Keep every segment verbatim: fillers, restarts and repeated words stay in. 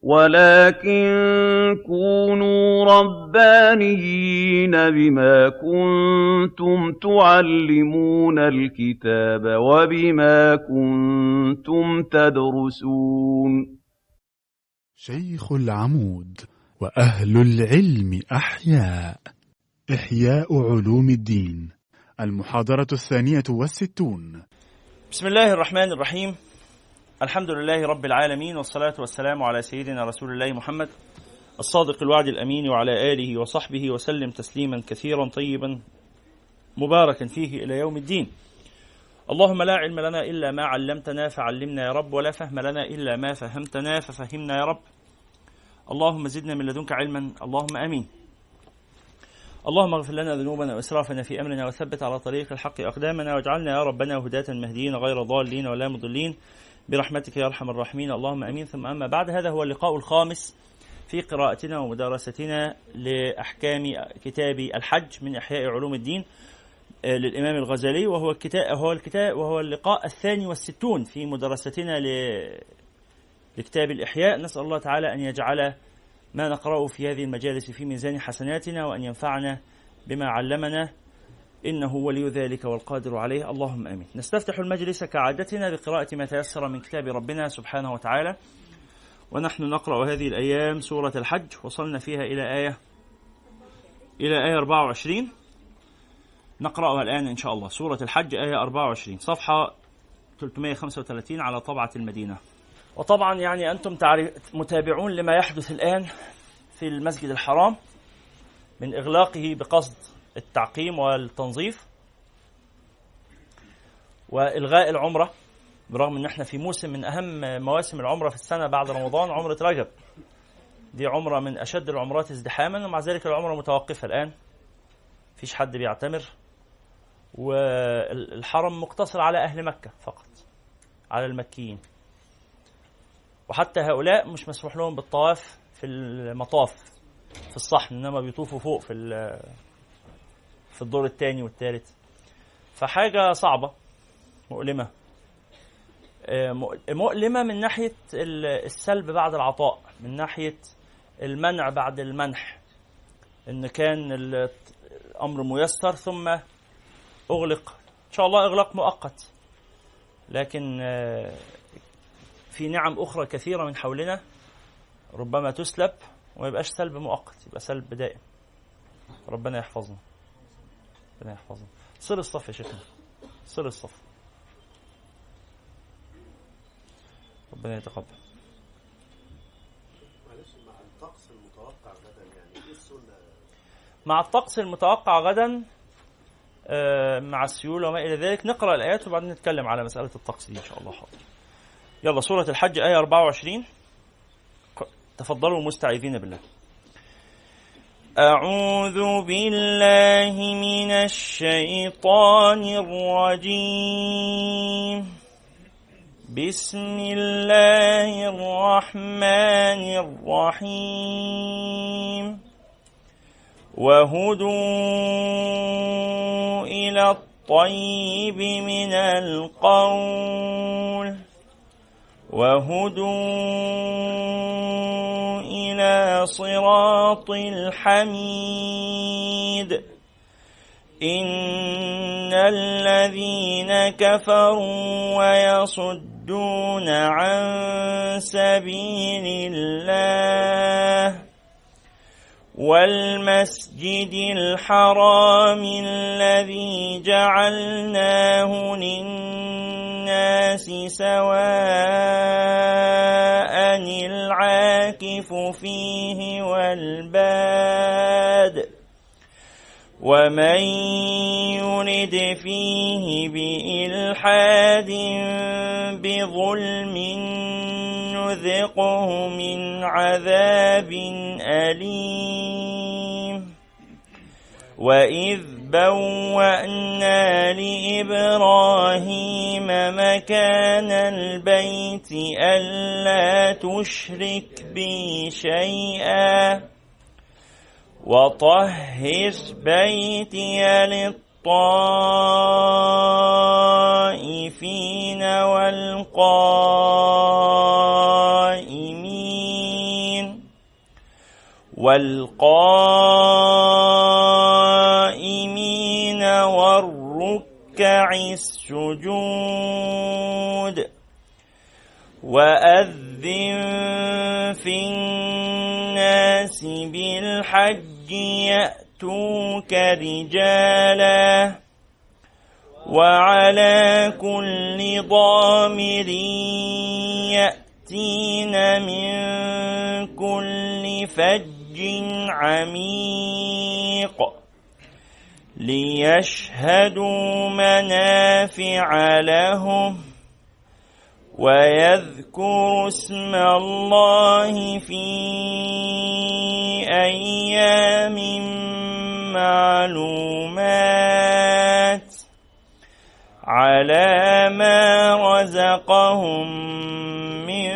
وَلَٰكِن كُونُوا رَبَّانِيِّينَ بِمَا كُنتُمْ تُعَلِّمُونَ الْكِتَابَ وَبِمَا كُنتُمْ تَدْرُسُونَ. شيخ العمود وأهل العلم أحياء. إحياء علوم الدين، المحاضرة الثانية والستون. بسم الله الرحمن الرحيم. الحمد لله رب العالمين، والصلاة والسلام على سيدنا رسول الله محمد الصادق الوعد الأمين، وعلى آله وصحبه وسلم تسليما كثيرا طيبا مباركا فيه إلى يوم الدين. اللهم لا علم لنا إلا ما علمتنا فعلمنا يا رب، ولا فهم لنا إلا ما فهمتنا ففهمنا يا رب. اللهم زدنا من لدنك علما، اللهم آمين. اللهم اغفر لنا ذنوبنا وإسرافنا في أمرنا، وثبت على طريق الحق أقدامنا، واجعلنا يا ربنا هداة مهديين غير ضالين ولا مضلين برحمتك يا أرحم الراحمين، اللهم آمين. ثم أما بعد، هذا هو اللقاء الخامس في قراءتنا ومدارستنا لأحكام كتاب الحج من إحياء علوم الدين للإمام الغزالي، وهو الكتاب وهو الكتاب وهو اللقاء الثاني والستون في مدرستنا لكتاب الإحياء. نسأل الله تعالى أن يجعل ما نقرأه في هذه المجالس في ميزان حسناتنا، وأن ينفعنا بما علمنا، إنه ولي ذلك والقادر عليه، اللهم آمين. نستفتح المجلس كعادتنا بقراءة ما تيسر من كتاب ربنا سبحانه وتعالى، ونحن نقرأ هذه الأيام سورة الحج. وصلنا فيها إلى آية إلى آية أربعة وعشرين، نقرأها الآن إن شاء الله. سورة الحج آية أربعة وعشرين، صفحة ثلاثمائة وخمسة وثلاثين على طبعة المدينة. وطبعا يعني أنتم متابعون لما يحدث الآن في المسجد الحرام من إغلاقه بقصد التعقيم والتنظيف وإلغاء العمرة، برغم أن احنا في موسم من أهم مواسم العمرة في السنة بعد رمضان، عمرة رجب. دي عمرة من أشد العمرات ازدحاما، ومع ذلك العمرة متوقفة الآن، فيش حد بيعتمر، والحرم مقتصر على أهل مكة فقط، على المكيين، وحتى هؤلاء مش مسموح لهم بالطواف في المطاف في الصحن، إنما بيطوفوا فوق في في الدور الثاني والثالث. فحاجة صعبة مؤلمة، مؤلمة من ناحية السلب بعد العطاء، من ناحية المنع بعد المنح، إن كان الأمر ميسر ثم أغلق، إن شاء الله إغلاق مؤقت، لكن في نعم أخرى كثيرة من حولنا ربما تسلب وما يبقاش سلب مؤقت، يبقى سلب دائم. ربنا يحفظنا، ربنا يحفظنا. صل الصف يا شيخنا، صل الصف، ربنا يتقبل. معلش، مع الطقس المتوقع غدا يعني ايه السنة؟ مع الطقس المتوقع غدا آه مع السيول وما إلى ذلك، نقرأ الآيات وبعدين نتكلم على مسألة الطقس دي إن شاء الله. حاضر. يلا، سورة الحج آية أربعة وعشرين. تفضلوا مستعيذين بالله. أعوذ بالله من الشيطان الرجيم. بسم الله الرحمن الرحيم. وهدوا إلى الطيب من القول، وهدوا إلى صراط الحميد. إن الذين كفروا ويصدون عن سبيل الله والمسجد الحرام الذي جعلناه للناس سواء العاكف فيه والباد، ومن يرد فيه بإلحاد بظلم نذقه من عذاب أليم. وإذ بوأنا لإبراهيم مكان البيت ألا تشرك بي شيئا وطهر بيتي للطائفين والقائمين والقائمين والركع السجود وأذن في الناس بالحج يأتوك رجالا وعلى كل ضامر يأتين من كل فج عميق ليشهدوا منافع لهم ويذكروا اسم الله في أيام معلومات على ما رزقهم من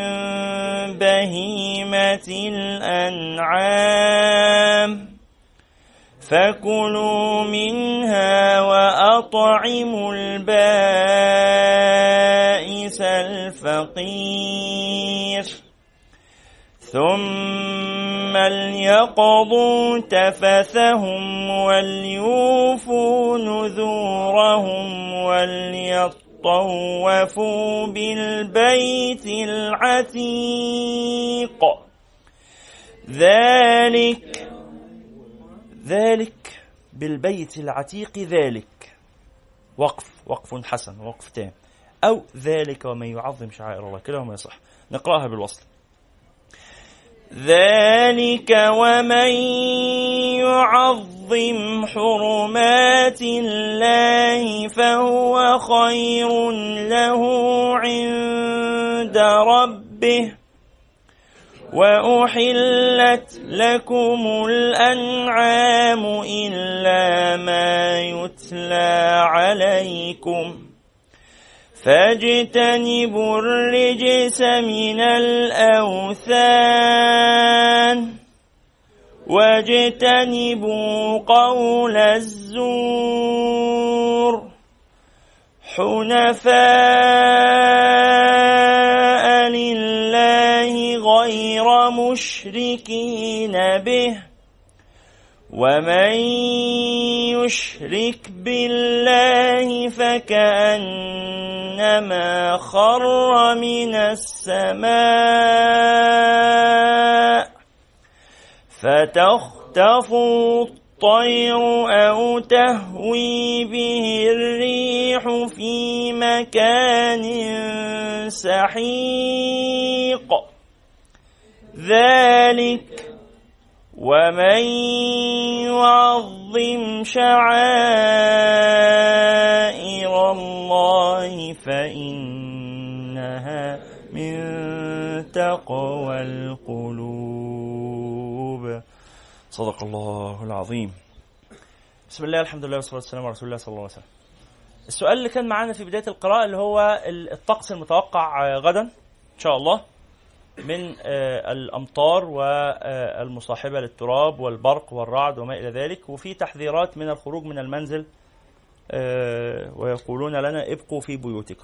بهيمة الأنعام فكلوا منها وأطعموا البائس الفقير ثم ليقضوا تفثهم وليوفوا نذورهم وليطوفوا بالبيت العتيق ذلك ذلك بالبيت العتيق ذلك وقف وقف حسن وقف تام أو ذلك ومن يعظم شعائر الله كلاهما يصح نقرأها بالوصل ذلك ومن يعظم حرمات الله فهو خير له عند ربه وأحلت لكم الأنعام إلا ما يتلى عليكم فاجتنبوا الرجس من الأوثان واجتنبوا قول الزور حنفاء لله غير مشركين به ومن يشرك بالله فكأنما خر من السماء فتخطفه الطير أو تهوي به الريح في مكان سحيق ذلك ومن يعظم شعائر الله فإنها من تقوى القلوب. صدق الله العظيم. بسم الله الحمد لله والصلاة والسلام على رسول الله صلى الله عليه وسلم. السؤال اللي كان معانا في بداية القراءة اللي هو الطقس المتوقع غدا إن شاء الله من الأمطار والمصاحبة للتراب والبرق والرعد وما إلى ذلك، وفي تحذيرات من الخروج من المنزل ويقولون لنا ابقوا في بيوتكم.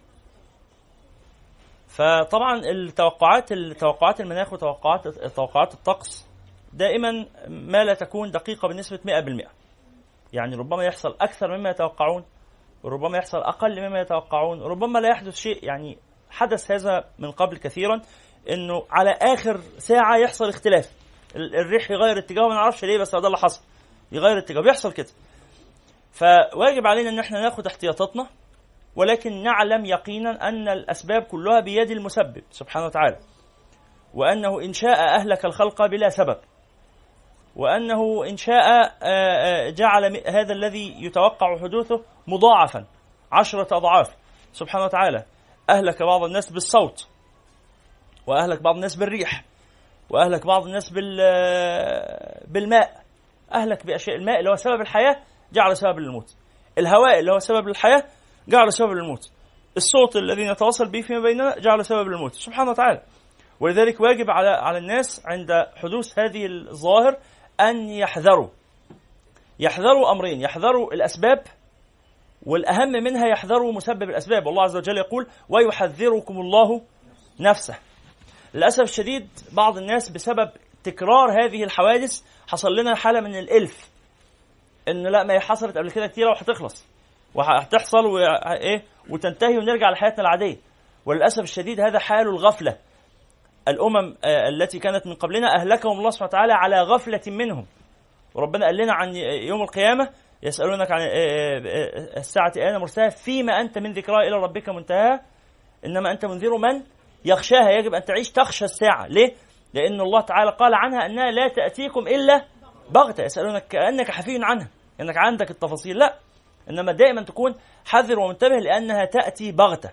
فطبعا التوقعات التوقعات المناخ وتوقعات توقعات الطقس دائما ما لا تكون دقيقة بنسبة مئة بالمئة، يعني ربما يحصل أكثر مما يتوقعون وربما يحصل أقل مما يتوقعون، ربما لا يحدث شيء. يعني حدث هذا من قبل كثيرا، انه على اخر ساعه يحصل اختلاف، الريح يغير اتجاهه، ما نعرفش ليه بس ده اللي حصل، يغير اتجاهه، بيحصل كده. فواجب علينا ان احنا ناخد احتياطاتنا، ولكن نعلم يقينا ان الاسباب كلها بيد المسبب سبحانه وتعالى، وانه ان شاء اهلك الخلق بلا سبب، وانه ان شاء جعل هذا الذي يتوقع حدوثه مضاعفا عشرة اضعاف سبحانه وتعالى. أهلك بعض الناس بالصوت، وأهلك بعض الناس بالريح، وأهلك بعض الناس بالماء، أهلك بأشياء. الماء اللي هو سبب الحياة جعل سبب للموت، الهواء اللي هو سبب الحياة جعل سبب للموت، الصوت الذي نتواصل به فيما بيننا جعل سبب للموت سبحانه وتعالى. ولذلك واجب على على الناس عند حدوث هذه الظواهر أن يحذروا يحذروا أمرين: يحذروا الأسباب، والأهم منها يحذروا مسبب الأسباب. والله عز وجل يقول: ويحذركم الله نفسه. للأسف الشديد بعض الناس بسبب تكرار هذه الحوادث حصل لنا حالة من الإلف، إن لا ما هي حصلت قبل كده كتيرة وهتخلص وهتحصل وإيه وتنتهي ونرجع لحياتنا العادية. وللأسف الشديد هذا حال الغفلة. الأمم التي كانت من قبلنا أهلكهم الله سبحانه وتعالى على غفلة منهم. وربنا قال لنا عن يوم القيامة يسألونك عن الساعة أين مرساها فيما أنت من ذكرها إلى ربك منتهاها إنما أنت منذر من يخشاها. يجب أن تعيش تخشى الساعة. ليه؟ لأن الله تعالى قال عنها أنها لا تأتيكم إلا بغتة. يسألونك كأنك حفي عنها، أنك عندك التفاصيل. لا، إنما دائما تكون حذر ومنتبه لأنها تأتي بغتة.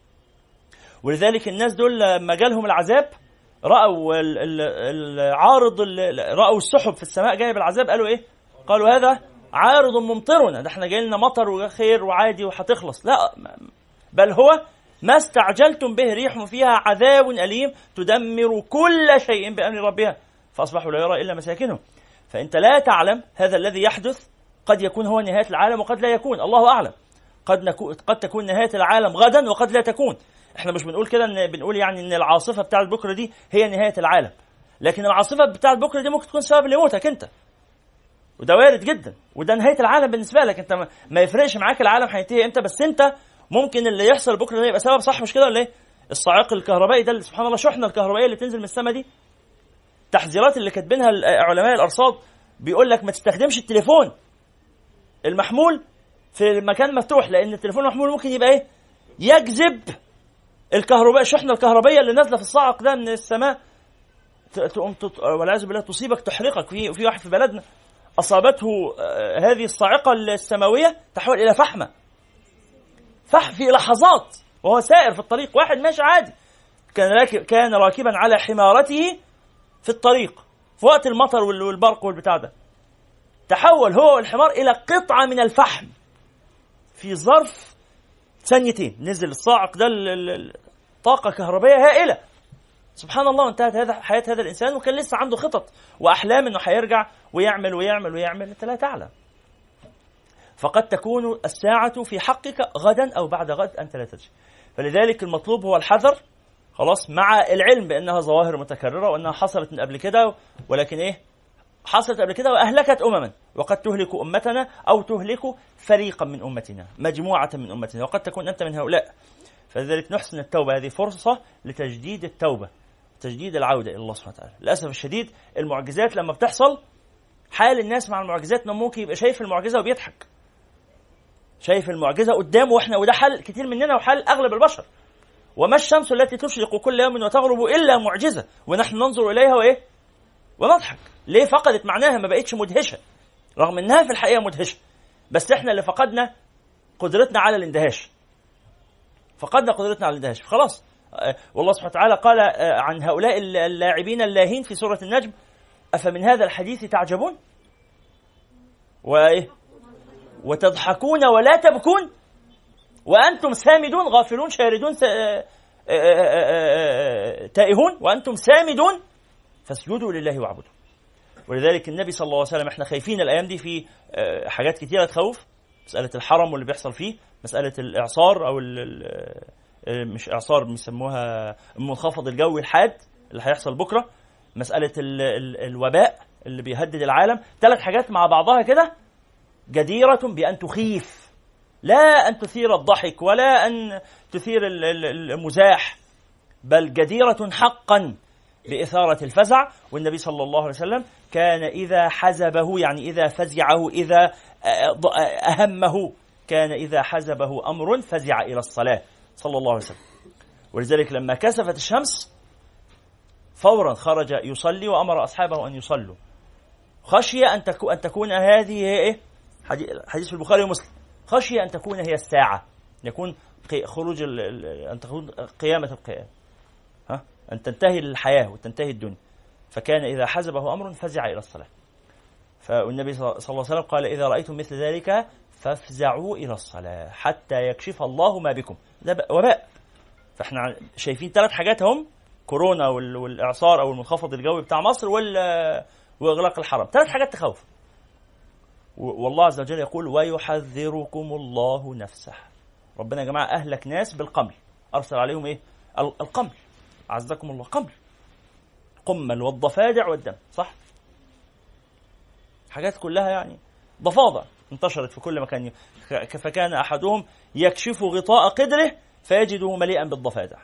ولذلك الناس دول لما جالهم العذاب رأوا العارض، رأوا السحب في السماء جايب العذاب، قالوا إيه؟ قالوا هذا عارض ممطرنا، ده احنا جاي لنا مطر وخير وعادي وهتخلص. لا، بل هو ما استعجلتم به ريح فيها عذاب أليم تدمر كل شيء بأمر ربها فأصبحوا لا يرى إلا مساكنهم. فأنت لا تعلم هذا الذي يحدث قد يكون هو نهاية العالم وقد لا يكون، الله أعلم. قد, نكو قد تكون نهاية العالم غدا وقد لا تكون. احنا مش بنقول كده، إن بنقول يعني ان العاصفة بتاعت بكرة دي هي نهاية العالم، لكن العاصفة بتاعت بكرة دي ممكن تكون سبب لموتك انت، وده وارد جدا، وده نهاية العالم بالنسبة لك انت. ما يفرقش معاك العالم هينتهي امتى، بس انت ممكن اللي يحصل بكرة ده يبقى سبب، صح مش كده ولا ايه؟ الصاعق الكهربائي ده سبحان الله، شحنة الكهربائية اللي تنزل من السماء دي، تحذيرات اللي كاتبينها علماء الأرصاد بيقول لك ما تستخدمش التليفون المحمول في مكان مفتوح، لأن التليفون المحمول ممكن يبقى ايه؟ يجذب الكهرباء، الشحنة الكهربائية اللي نازلة في الصاعق ده من السماء تقوم والعياذ بالله تصيبك تحرقك. في في واحد في بلدنا أصابته هذه الصاعقة السماوية تحول إلى فحمة، فح في لحظات وهو سائر في الطريق. واحد ماشي عادي كان راكب كان راكبا على حمارته في الطريق في وقت المطر والبرق والبتاع ده، تحول هو والحمار إلى قطعة من الفحم في ظرف ثانيتين. نزل الصاعق ده طاقة كهربائية هائلة سبحان الله، وانتهت هذا حياة هذا الإنسان، وكان لسه عنده خطط وأحلام إنه هيرجع ويعمل ويعمل ويعمل. أنت لا تعلم، فقد تكون الساعة في حقك غدا أو بعد غد، أنت لا تدري. فلذلك المطلوب هو الحذر، خلاص، مع العلم بأنها ظواهر متكررة وأنها حصلت من قبل كده، ولكن إيه؟ حصلت قبل كده وأهلكت أمما، وقد تهلك أمتنا أو تهلك فريقا من أمتنا، مجموعة من أمتنا، وقد تكون أنت من هؤلاء. فلذلك نحسن التوبة، هذه فرصة لتجديد التوبة، تجديد العودة إلى الله سبحانه وتعالى. للأسف الشديد المعجزات لما بتحصل، حال الناس مع المعجزات إنه ممكن يبقى شايف المعجزة وبيضحك، شايف المعجزة قدامه، وإحنا وده حال كتير مننا وحال أغلب البشر. وما الشمس التي تشرق كل يوم وتغرب إلا معجزة ونحن ننظر إليها وإيه ونضحك. ليه؟ فقدت معناها، ما بقتش مدهشة، رغم إنها في الحقيقة مدهشة، بس إحنا اللي فقدنا قدرتنا على الاندهاش، فقدنا قدرتنا على الاندهاش. خلاص، والله سبحانه وتعالى قال عن هؤلاء اللاعبين اللاهين في سورة النجم: أفمن هذا الحديث تعجبون وإيه وتضحكون ولا تبكون وأنتم سامدون غافلون شاردون تائهون وأنتم سامدون فاسجدوا لله واعبدوا. ولذلك النبي صلى الله عليه وسلم، احنا خايفين الأيام دي في حاجات كتيرة تخوف، مسألة الحرم واللي بيحصل فيه، مسألة الإعصار أو مش إعصار بيسموها المنخفض الجوي الحاد اللي هيحصل بكرة، مسألة ال ال الوباء اللي بيهدد العالم. ثلاث حاجات مع بعضها كده جديرة بأن تخيف، لا أن تثير الضحك ولا أن تثير المزاح، بل جديرة حقا بإثارة الفزع. والنبي صلى الله عليه وسلم كان إذا حزبه، يعني إذا فزعه، إذا أهمه، كان إذا حزبه أمر فزع إلى الصلاة صلى الله عليه وسلم. ولذلك لما كسفت الشمس فورا خرج يصلي وأمر أصحابه أن يصلوا، خشية أن تكون هذه إيه؟ حديث في البخاري ومسلم، خشية أن تكون هي الساعة، يكون خروج أن تكون قيامة القيامة، ها؟ أن تنتهي الحياة وتنتهي الدنيا. فكان إذا حزبه أمر فزع إلى الصلاة. فالنبي صلى الله عليه وسلم قال: إذا رأيتم مثل ذلك فافزعوا إلى الصلاة حتى يكشف الله ما بكم. ده وباء. فإحنا شايفين ثلاث حاجات هم: كورونا والإعصار أو المنخفض الجوي بتاع مصر وإغلاق الحرم. ثلاث حاجات تخوف. والله عز وجل يقول: ويحذركم الله نفسه. ربنا يا جماعة أهلك ناس بالقمل، أرسل عليهم إيه؟ القمل، عزكم الله، قمل. والقمل والضفادع والدم، صح؟ حاجات كلها يعني ضفادع انتشرت في كل مكان. فكان أحدهم يكشف غطاء قدره فيجده مليئا بالضفادع.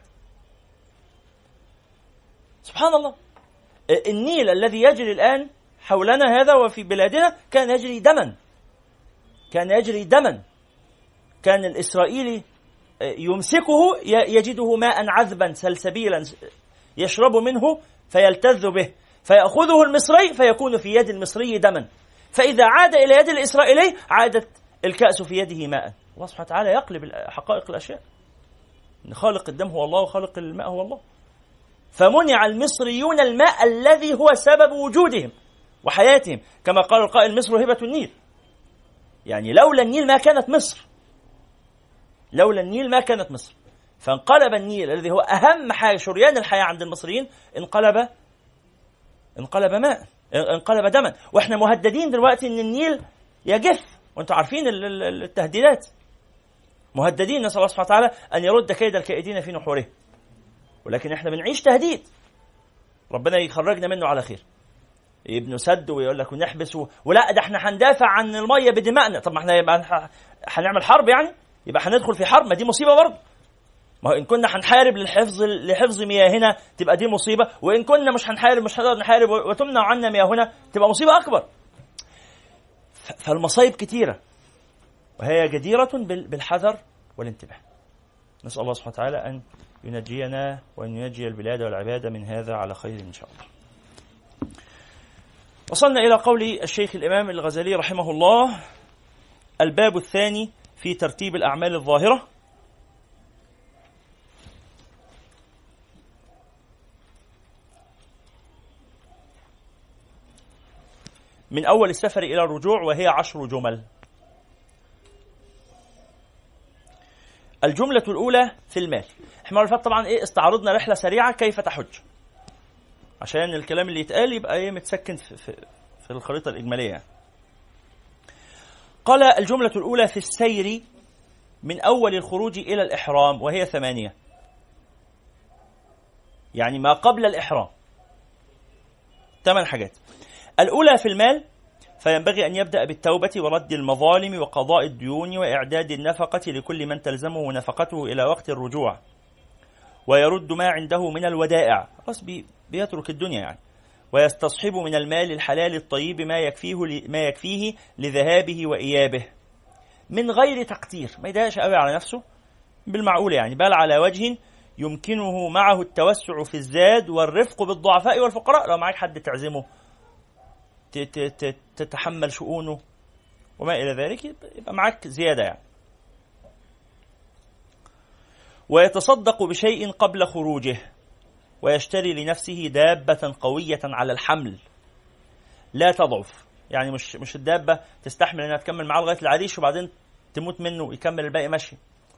سبحان الله. النيل الذي يجري الآن حولنا هذا وفي بلادنا كان يجري دما، كان يجري دما. كان الإسرائيلي يمسكه يجده ماء عذبا سلسبيلا يشرب منه فيلتذ به، فيأخذه المصري فيكون في يد المصري دما، فإذا عاد إلى يد الإسرائيلي عادت الكأس في يده ماء. الله سبحانه وتعالى يقلب حقائق الأشياء، خالق الدم هو الله وخالق الماء هو الله. فمنع المصريون الماء الذي هو سبب وجودهم وحياتهم، كما قال القائل: مصر هبة النيل. يعني لولا النيل ما كانت مصر، لولا النيل ما كانت مصر. فانقلب النيل الذي هو أهم حاجة شريان الحياة عند المصريين، انقلب انقلب ماء، انقلب دما. واحنا مهددين دلوقتي ان النيل يجف، وانتم عارفين التهديدات، مهددين. نسأل الله سبحانه وتعالى ان يرد كيد الكائدين في نحوره، ولكن احنا بنعيش تهديد، ربنا يخرجنا منه على خير. ابن سد ويقول لك ونحبس و... ولا ده احنا هندافع عن الميه بدمائنا. طب ما احنا يبقى هنعمل حرب يعني، يبقى هندخل في حرب، ما دي مصيبه برضه. ما هو ان كنا هنحارب للحفظ لحفظ مياهنا تبقى دي مصيبه، وان كنا مش هنحارب مش هنقدر نحارب وتمنع عنا مياهنا تبقى مصيبه اكبر. فالمصايب كتيره وهي جديره بالحذر والانتباه. نسال الله سبحانه وتعالى ان ينجينا وان ينجي البلاد والعباد من هذا على خير ان شاء الله. وصلنا الى قول الشيخ الامام الغزالي رحمه الله: الباب الثاني في ترتيب الاعمال الظاهره. من أول السفر إلى الرجوع، وهي عشر جمل. الجملة الأولى في المال. احنا مرة طبعا إيه استعرضنا رحلة سريعة كيف تحج، عشان الكلام اللي يتقال يبقى إيه متسكن في, في, في الخريطة الإجمالية. قال: الجملة الأولى في السير من أول الخروج إلى الإحرام، وهي ثمانية، يعني ما قبل الإحرام، ثمان حاجات. الأولى في المال، فينبغي أن يبدأ بالتوبة ورد المظالم وقضاء الديون وإعداد النفقة لكل من تلزمه نفقته إلى وقت الرجوع، ويرد ما عنده من الودائع، خلاص بيترك الدنيا يعني، ويستصحب من المال الحلال الطيب ما يكفيه ما يكفيه لذهابه وإيابه من غير تقتير، ما يضايقش قوي على نفسه، بالمعقول يعني، بل على وجه يمكنه معه التوسع في الزاد والرفق بالضعفاء والفقراء. لو معك حد تعزمه تتحمل شؤونه وما إلى ذلك يبقى معك زيادة يعني. ويتصدق بشيء قبل خروجه، ويشتري لنفسه دابة قوية على الحمل لا تضعف، يعني مش مش الدابة تستحمل أنها تكمل معاه لغاية العريش وبعدين تموت منه ويكمل الباقي ماشي.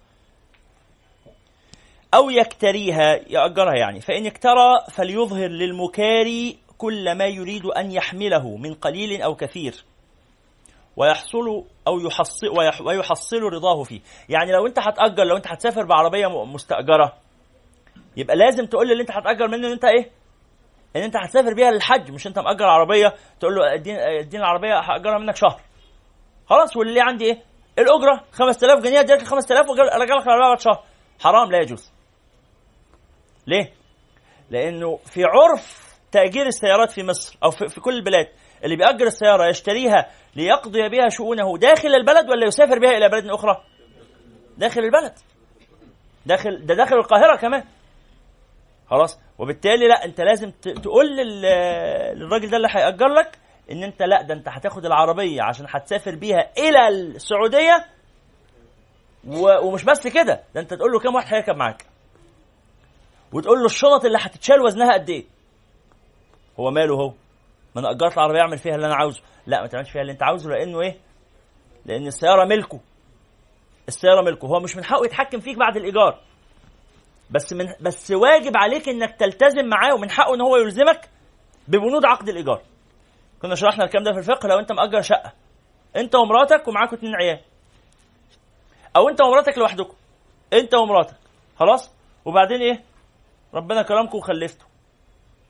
أو يكتريها، يأجرها يعني، فإن اكترى فليظهر للمكاري كل ما يريد أن يحمله من قليل أو كثير، ويحصل أو يحصل ويحصل رضاه فيه. يعني لو أنت هتأجر، لو أنت هتسافر بعربية مستأجرة، يبقى لازم تقول لي اللي أنت هتأجر منه إن أنت إيه؟ إن أنت هتسافر بيها للحج، مش أنت مأجر عربية تقول له اديني اديني العربية هأجرها منك شهر، خلاص واللي عندي إيه؟ الأجرة خمسة آلاف جنيه، اديلك خمسة آلاف وأرجع لك بعد شهر. حرام، لا يجوز. ليه؟ لأنه في عرف تأجير السيارات في مصر أو في كل البلاد، اللي بيأجر السيارة يشتريها ليقضي بها شؤونه داخل البلد ولا يسافر بها إلى بلد أخرى؟ داخل البلد، داخل ده داخل القاهرة كمان، خلاص. وبالتالي لا، أنت لازم تقول للراجل ده اللي هيأجر لك إن أنت لا، ده أنت هتاخد العربية عشان هتسافر بيها إلى السعودية، ومش بس كده، ده أنت تقول له كم واحد هيركب معاك، وتقول له الشنط اللي هتتشال وزنها قد إيه. هو ماله هو؟ ما انا اجرت العربيه اعمل فيها اللي انا عاوزه. لا، ما تعملش فيها اللي انت عاوزه، لانه ايه؟ لان السياره ملكه، السياره ملكه، هو مش من حقه يتحكم فيك بعد الايجار، بس من بس واجب عليك انك تلتزم معاه، ومن حقه ان هو يلزمك ببنود عقد الايجار. كنا شرحنا الكلام ده في الفقه. لو انت مأجر شقه انت ومراتك ومعاكوا اتنين عيال، او انت ومراتك لوحدكم، انت ومراتك خلاص، وبعدين ايه؟ ربنا كرمكم وخلفتوا،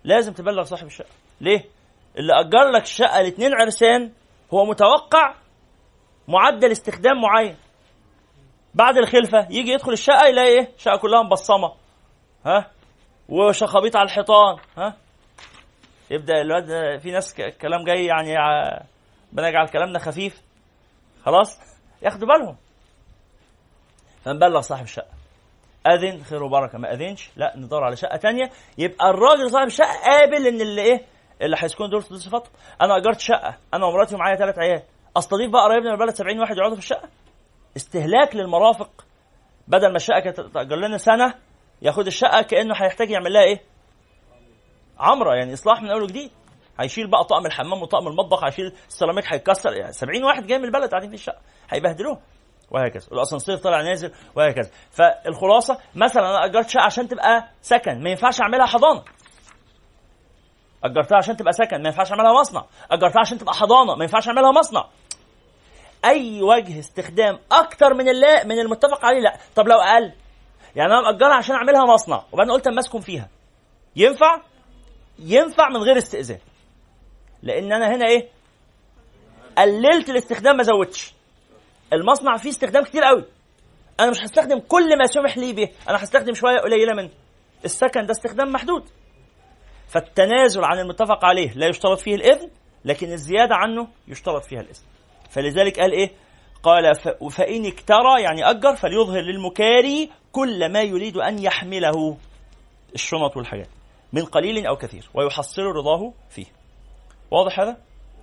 لازم تبلغ صاحب الشقة. ليه؟ اللي أجر لك الشقة الاثنين عرسان هو متوقع معدل استخدام معين. بعد الخلفة يجي يدخل الشقة يلاقي ايه؟ الشقة كلها مبصمة، ها، وشخابيط على الحيطان، ها. يبدأ الواد في ناس كلام جاي يعني بنجعل كلامنا خفيف، خلاص ياخدوا بالهم. فنبلغ صاحب الشقة، أذن خير وبركة، ما أذنش لا ندور على شقة تانية. يبقى الراجل صاحب الشقة قابل إن اللي إيه اللي هيسكنوا دول دول صفاتهم. أنا أجرت شقة أنا ومراتي ومعايا ثلاث عيال، أستضيف بقى قرايبنا من البلد سبعين واحد يقعدوا في الشقة؟ استهلاك للمرافق. بدل ما الشقة كانت تأجر لنا سنة، ياخد الشقة كأنه هيحتاج يعمل لها إيه؟ عمرة، يعني إصلاح من أول وجديد. هيشيل بقى طقم الحمام وطقم المطبخ، هيشيل السيراميك، هيتكسر. يعني سبعين واحد جاي من البلد قاعدين في الشقة هيبهدلوه، وهكذا. الاسانسير طالع نازل، وهكذا. فالخلاصه مثلا انا اجرت شقه عشان تبقى سكن، ما ينفعش اعملها حضانه. اجرتها عشان تبقى سكن، ما ينفعش اعملها مصنع. اجرتها عشان تبقى حضانه، ما ينفعش اعملها مصنع. اي وجه استخدام اكتر من اللي من المتفق عليه لا. طب لو اقل، يعني انا مأجرها عشان اعملها مصنع وبعدين قلت اما اسكن فيها، ينفع؟ ينفع من غير استئذان، لان انا هنا ايه؟ قللت الاستخدام ما زودتش. المصنع فيه استخدام كتير قوي، انا مش هستخدم كل ما سمح لي به، انا هستخدم شويه قليله منه. السكن ده استخدام محدود. فالتنازل عن المتفق عليه لا يشترط فيه الاذن، لكن الزياده عنه يشترط فيها الاذن. فلذلك قال ايه؟ قال فإن اكترى يعني أجر فليظهر للمكاري كل ما يريد أن يحمله، الشنط والحاجات، من قليل أو كثير، ويحصل رضاه فيه. واضح هذا؟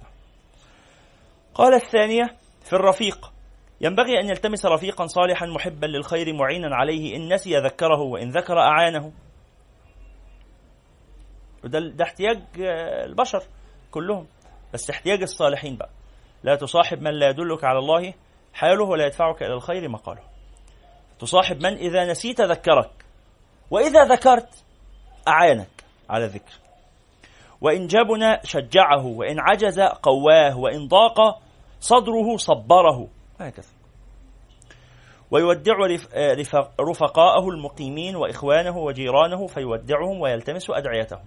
قال الثانية في الرفيق، ينبغي أن يلتمس رفيقا صالحا محبا للخير معينا عليه، إن نسي ذكره وإن ذكر أعانه. وده ده احتياج البشر كلهم، بس احتياج الصالحين بقى. لا تصاحب من لا يدلك على الله حاله ولا يدفعك إلى الخير مقاله. تصاحب من إذا نسيت ذكرك، وإذا ذكرت أعانك على الذكر. وإن جبن شجعه، وإن عجز قواه، وإن ضاق صدره صبره، هكذا. ويودع رفقاءه المقيمين وإخوانه وجيرانه فيودعهم ويلتمس أدعيتهم.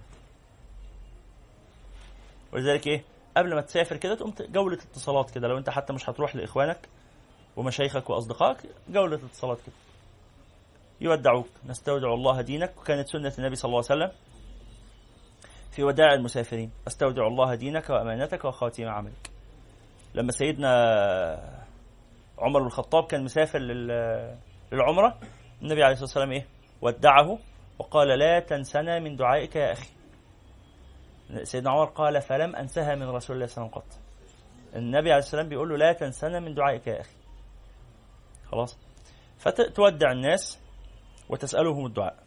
ولذلك إيه؟ قبل ما تسافر كده تقوم جولة اتصالات كده، لو أنت حتى مش هتروح لإخوانك ومشايخك وأصدقائك، جولة اتصالات كده يودعوك. نستودع الله دينك، وكانت سنة النبي صلى الله عليه وسلم في وداع المسافرين: استودع الله دينك وأمانتك وخواتيم عملك. لما سيدنا عمر بن الخطاب كان مسافر للعمرة، النبي عليه الصلاة والسلام إيه؟ ودعه وقال: لا تنسنا من دعائك يا أخي. سيدنا عمر قال: فلم أنسها من رسول الله صلى الله عليه وسلم قط. النبي عليه السلام بيقول له: لا تنسنا من دعائك يا أخي. خلاص، فتودع الناس وتسألهم الدعاء،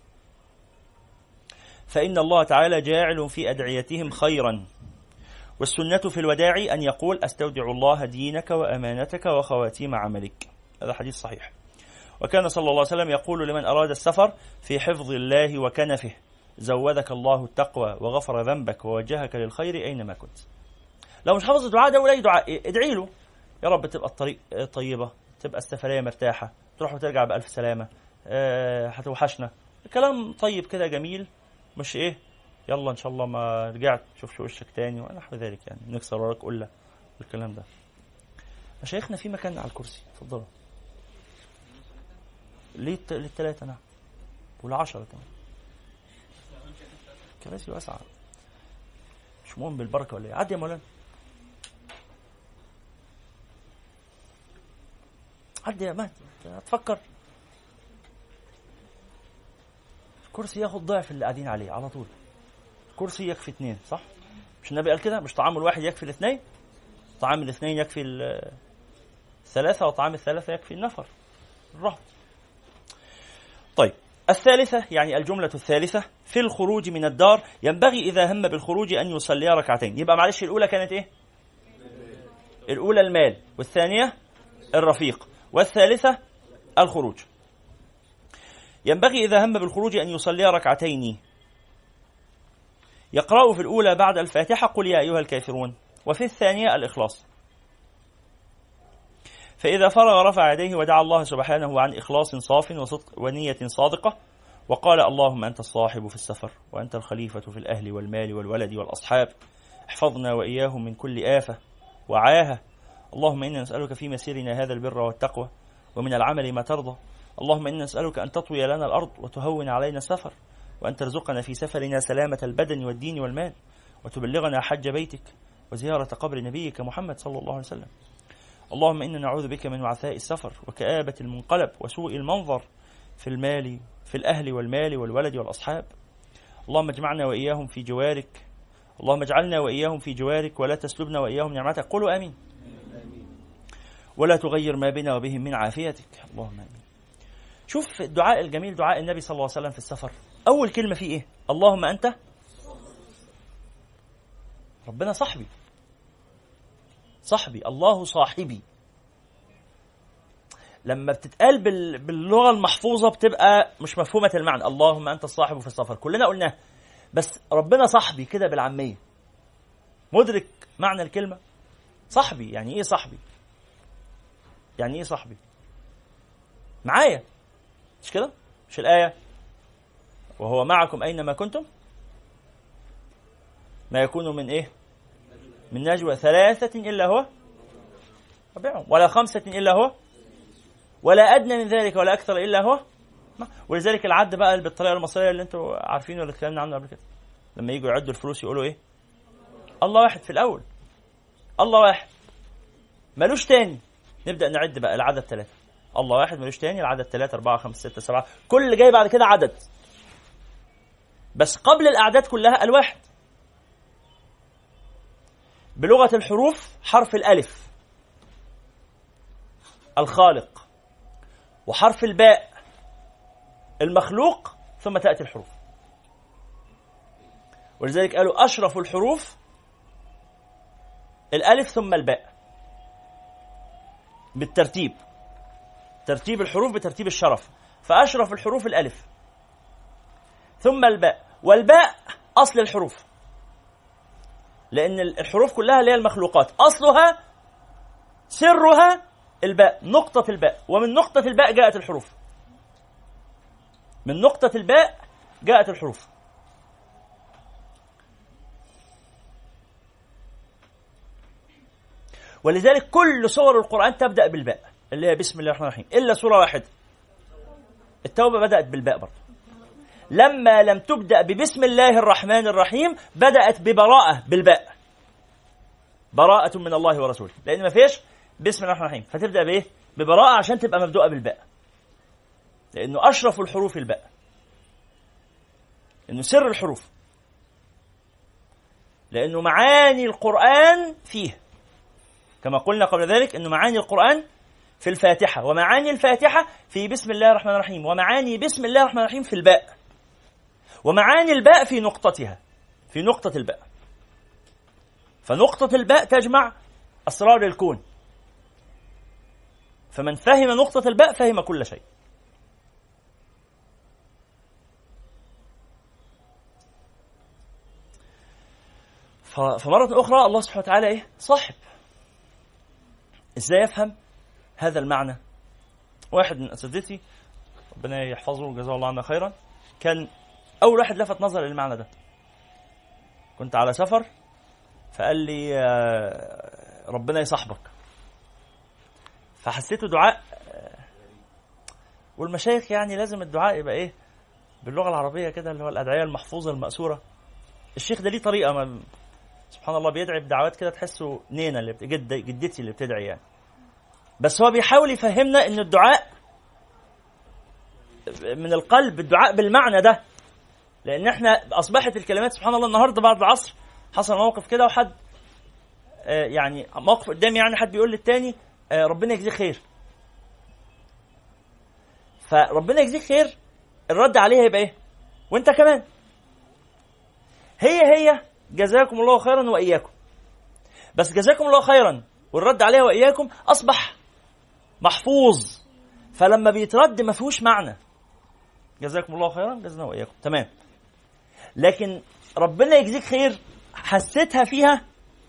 فإن الله تعالى جاعل في أدعيتهم خيرا. والسنة في الوداع أن يقول: أستودع الله دينك وأمانتك وخواتيم عملك. هذا حديث صحيح. وكان صلى الله عليه وسلم يقول لمن أراد السفر في حفظ الله وكنفه: زودك الله التقوى وغفر ذنبك ووجهك للخير أينما كنت. لو مش حافظ الدعاء ده ولا دعاء، ادعي له: يا رب تبقى الطريق طيبة، تبقى السفرية مرتاحة، تروح وترجع بألف سلامة، أه هتوحشنا. كلام طيب كده جميل، مش إيه يلا إن شاء الله ما رجعت شوف شو وشك تاني ونحو ذلك، يعني نكسر وراك قلة الكلام ده. مشايخنا في مكان على الكرسي، تفضلوا. ليه للثلاثة؟ نعم، والعشرة كمان. كراسي واسعة، مش مهم بالبركة ولا ايه؟ عدي يا مولانا، عدي يا مهدي، هتفكر الكرسي ياخد ضعف اللي قاعدين عليه على طول. كرسي يكفي اثنين، صح؟ مش النبي قال كده؟ مش طعام الواحد يكفي الاثنين؟ طعام الاثنين يكفي الثلاثة، وطعام الثلاثة يكفي النفر الرهط. طيب، الثالثة يعني الجملة الثالثة في الخروج من الدار، ينبغي إذا هم بالخروج أن يصلي ركعتين. يبقى معلش الأولى كانت إيه؟ الأولى المال، والثانية الرفيق، والثالثة الخروج. ينبغي إذا هم بالخروج أن يصلي ركعتين، يقرأ في الأولى بعد الفاتحة: قل يا أيها الكافرون، وفي الثانية الإخلاص. فإذا فرغ رفع يديه ودعا الله سبحانه عن إخلاص صاف وصدق ونية صادقة، وقال اللهم أنت الصاحب في السفر وأنت الخليفة في الأهل والمال والولد والأصحاب، احفظنا وإياهم من كل آفة وعاهة. اللهم إنا نسألك في مسيرنا هذا البر والتقوى ومن العمل ما ترضى. اللهم إنا نسألك أن تطوي لنا الأرض وتهون علينا السفر، وأن ترزقنا في سفرنا سلامة البدن والدين والمال، وتبلغنا حج بيتك وزيارة قبر نبيك محمد صلى الله عليه وسلم. اللهم إنا نعوذ بك من وعثاء السفر وكآبة المنقلب وسوء المنظر في المال في الأهل والمال والولد والأصحاب. اللهم اجمعنا وإياهم في جوارك، اللهم اجعلنا وإياهم في جوارك ولا تسلبنا وإياهم نعمتك. قولوا آمين. ولا تغير ما بنا وبهم من عافيتك. اللهم آمين. شوف الدعاء الجميل، دعاء النبي صلى الله عليه وسلم في السفر، أول كلمة فيه إيه؟ اللهم أنت ربنا صاحبي، صاحبي الله صاحبي. لما بتتقال باللغة المحفوظة بتبقى مش مفهومة المعنى. اللهم أنت الصاحب في السفر كلنا قلناه، بس ربنا صاحبي كده بالعامية. مدرك معنى الكلمة صاحبي؟ يعني إيه صاحبي؟ يعني إيه صاحبي؟ معايا، مش كده؟ مش الآية وهو معكم أينما كنتم ما يكون من إيه؟ من نجوى ثلاثة إلا هو رابعهم ولا خمسة إلا هو ولا أدنى من ذلك ولا أكثر إلا هو. ولذلك العد بقى بالطريقة المصرية اللي انتوا عارفينه اللي اتكلمنا عنه قبل كده، لما يجوا يعدوا الفلوس يقولوا إيه؟ الله واحد في الأول، الله واحد ملوش تاني. نبدأ نعد بقى العدد ثلاثة، الله واحد ملوش تاني، العدد ثلاثة أربعة خمسة ستة سبعة، كل اللي جاي بعد كده عدد، بس قبل الأعداد كلها الواحد. بلغة الحروف حرف الألف الخالق، وحرف الباء المخلوق، ثم تأتي الحروف. ولذلك قالوا أشرف الحروف الألف ثم الباء، بالترتيب، ترتيب الحروف بترتيب الشرف. فأشرف الحروف الألف ثم الباء، والباء أصل الحروف، لأن الحروف كلها اللي هي المخلوقات أصلها سرها الباء، نقطة الباء، ومن نقطة الباء جاءت الحروف، من نقطة الباء جاءت الحروف. ولذلك كل سور القرآن تبدأ بالباء اللي هي بسم الله الرحمن الرحيم، إلا سورة واحدة التوبة بدأت بالباء برضه. لما لم تبدأ ببسم الله الرحمن الرحيم بدأت ببراءة بالباء، براءة من الله ورسوله، لأن ما فيش بسم الله الرحمن الرحيم، فتبدأ بإيه؟ ببراءة عشان تبقى مبدوءة بالباء، لأنه أشرف الحروف الباء، لأنه سر الحروف، لأنه معاني القرآن فيه، كما قلنا قبل ذلك أنه معاني القرآن في الفاتحة، ومعاني الفاتحة في بسم الله الرحمن الرحيم، ومعاني بسم الله الرحمن الرحيم في الباء، ومعاني الباء في نقطتها، في نقطة الباء. فنقطة الباء تجمع أسرار الكون، فمن فهم نقطة الباء فهم كل شيء. فمرة أخرى الله سبحانه وتعالى إيه؟ صاحب. إزاي يفهم هذا المعنى؟ واحد من أساتذتي ربنا يحفظه وجزاه الله عنا خيرا كان أول واحد لفت نظر للمعنى ده. كنت على سفر فقال لي ربنا يصاحبك، فحسيته دعاء، والمشايخ يعني لازم الدعاء يبقى إيه؟ باللغة العربية كده، اللي هو الأدعية المحفوظة المأسورة. الشيخ ده ليه طريقة، ما سبحان الله بيدعي بدعوات كده تحسه نينا اللي بت... جد... جدتي اللي بتدعي يعني، بس هو بيحاول يفهمنا إن الدعاء من القلب، الدعاء بالمعنى ده، لأن احنا أصبحت الكلمات سبحان الله. النهاردة بعد العصر حصل موقف كده، وحد آه يعني موقف قدامي، يعني حد بيقول للتاني آه ربنا يجزيك خير، فربنا يجزيك خير الرد عليها يبقى ايه؟ وانت كمان. هي هي جزاكم الله خيرا وإياكم، بس جزاكم الله خيرا والرد عليها وإياكم أصبح محفوظ، فلما بيترد ما فيهوش معنى. جزاكم الله خيرا جزانا وإياكم تمام، لكن ربنا يجزيك خير حسيتها فيها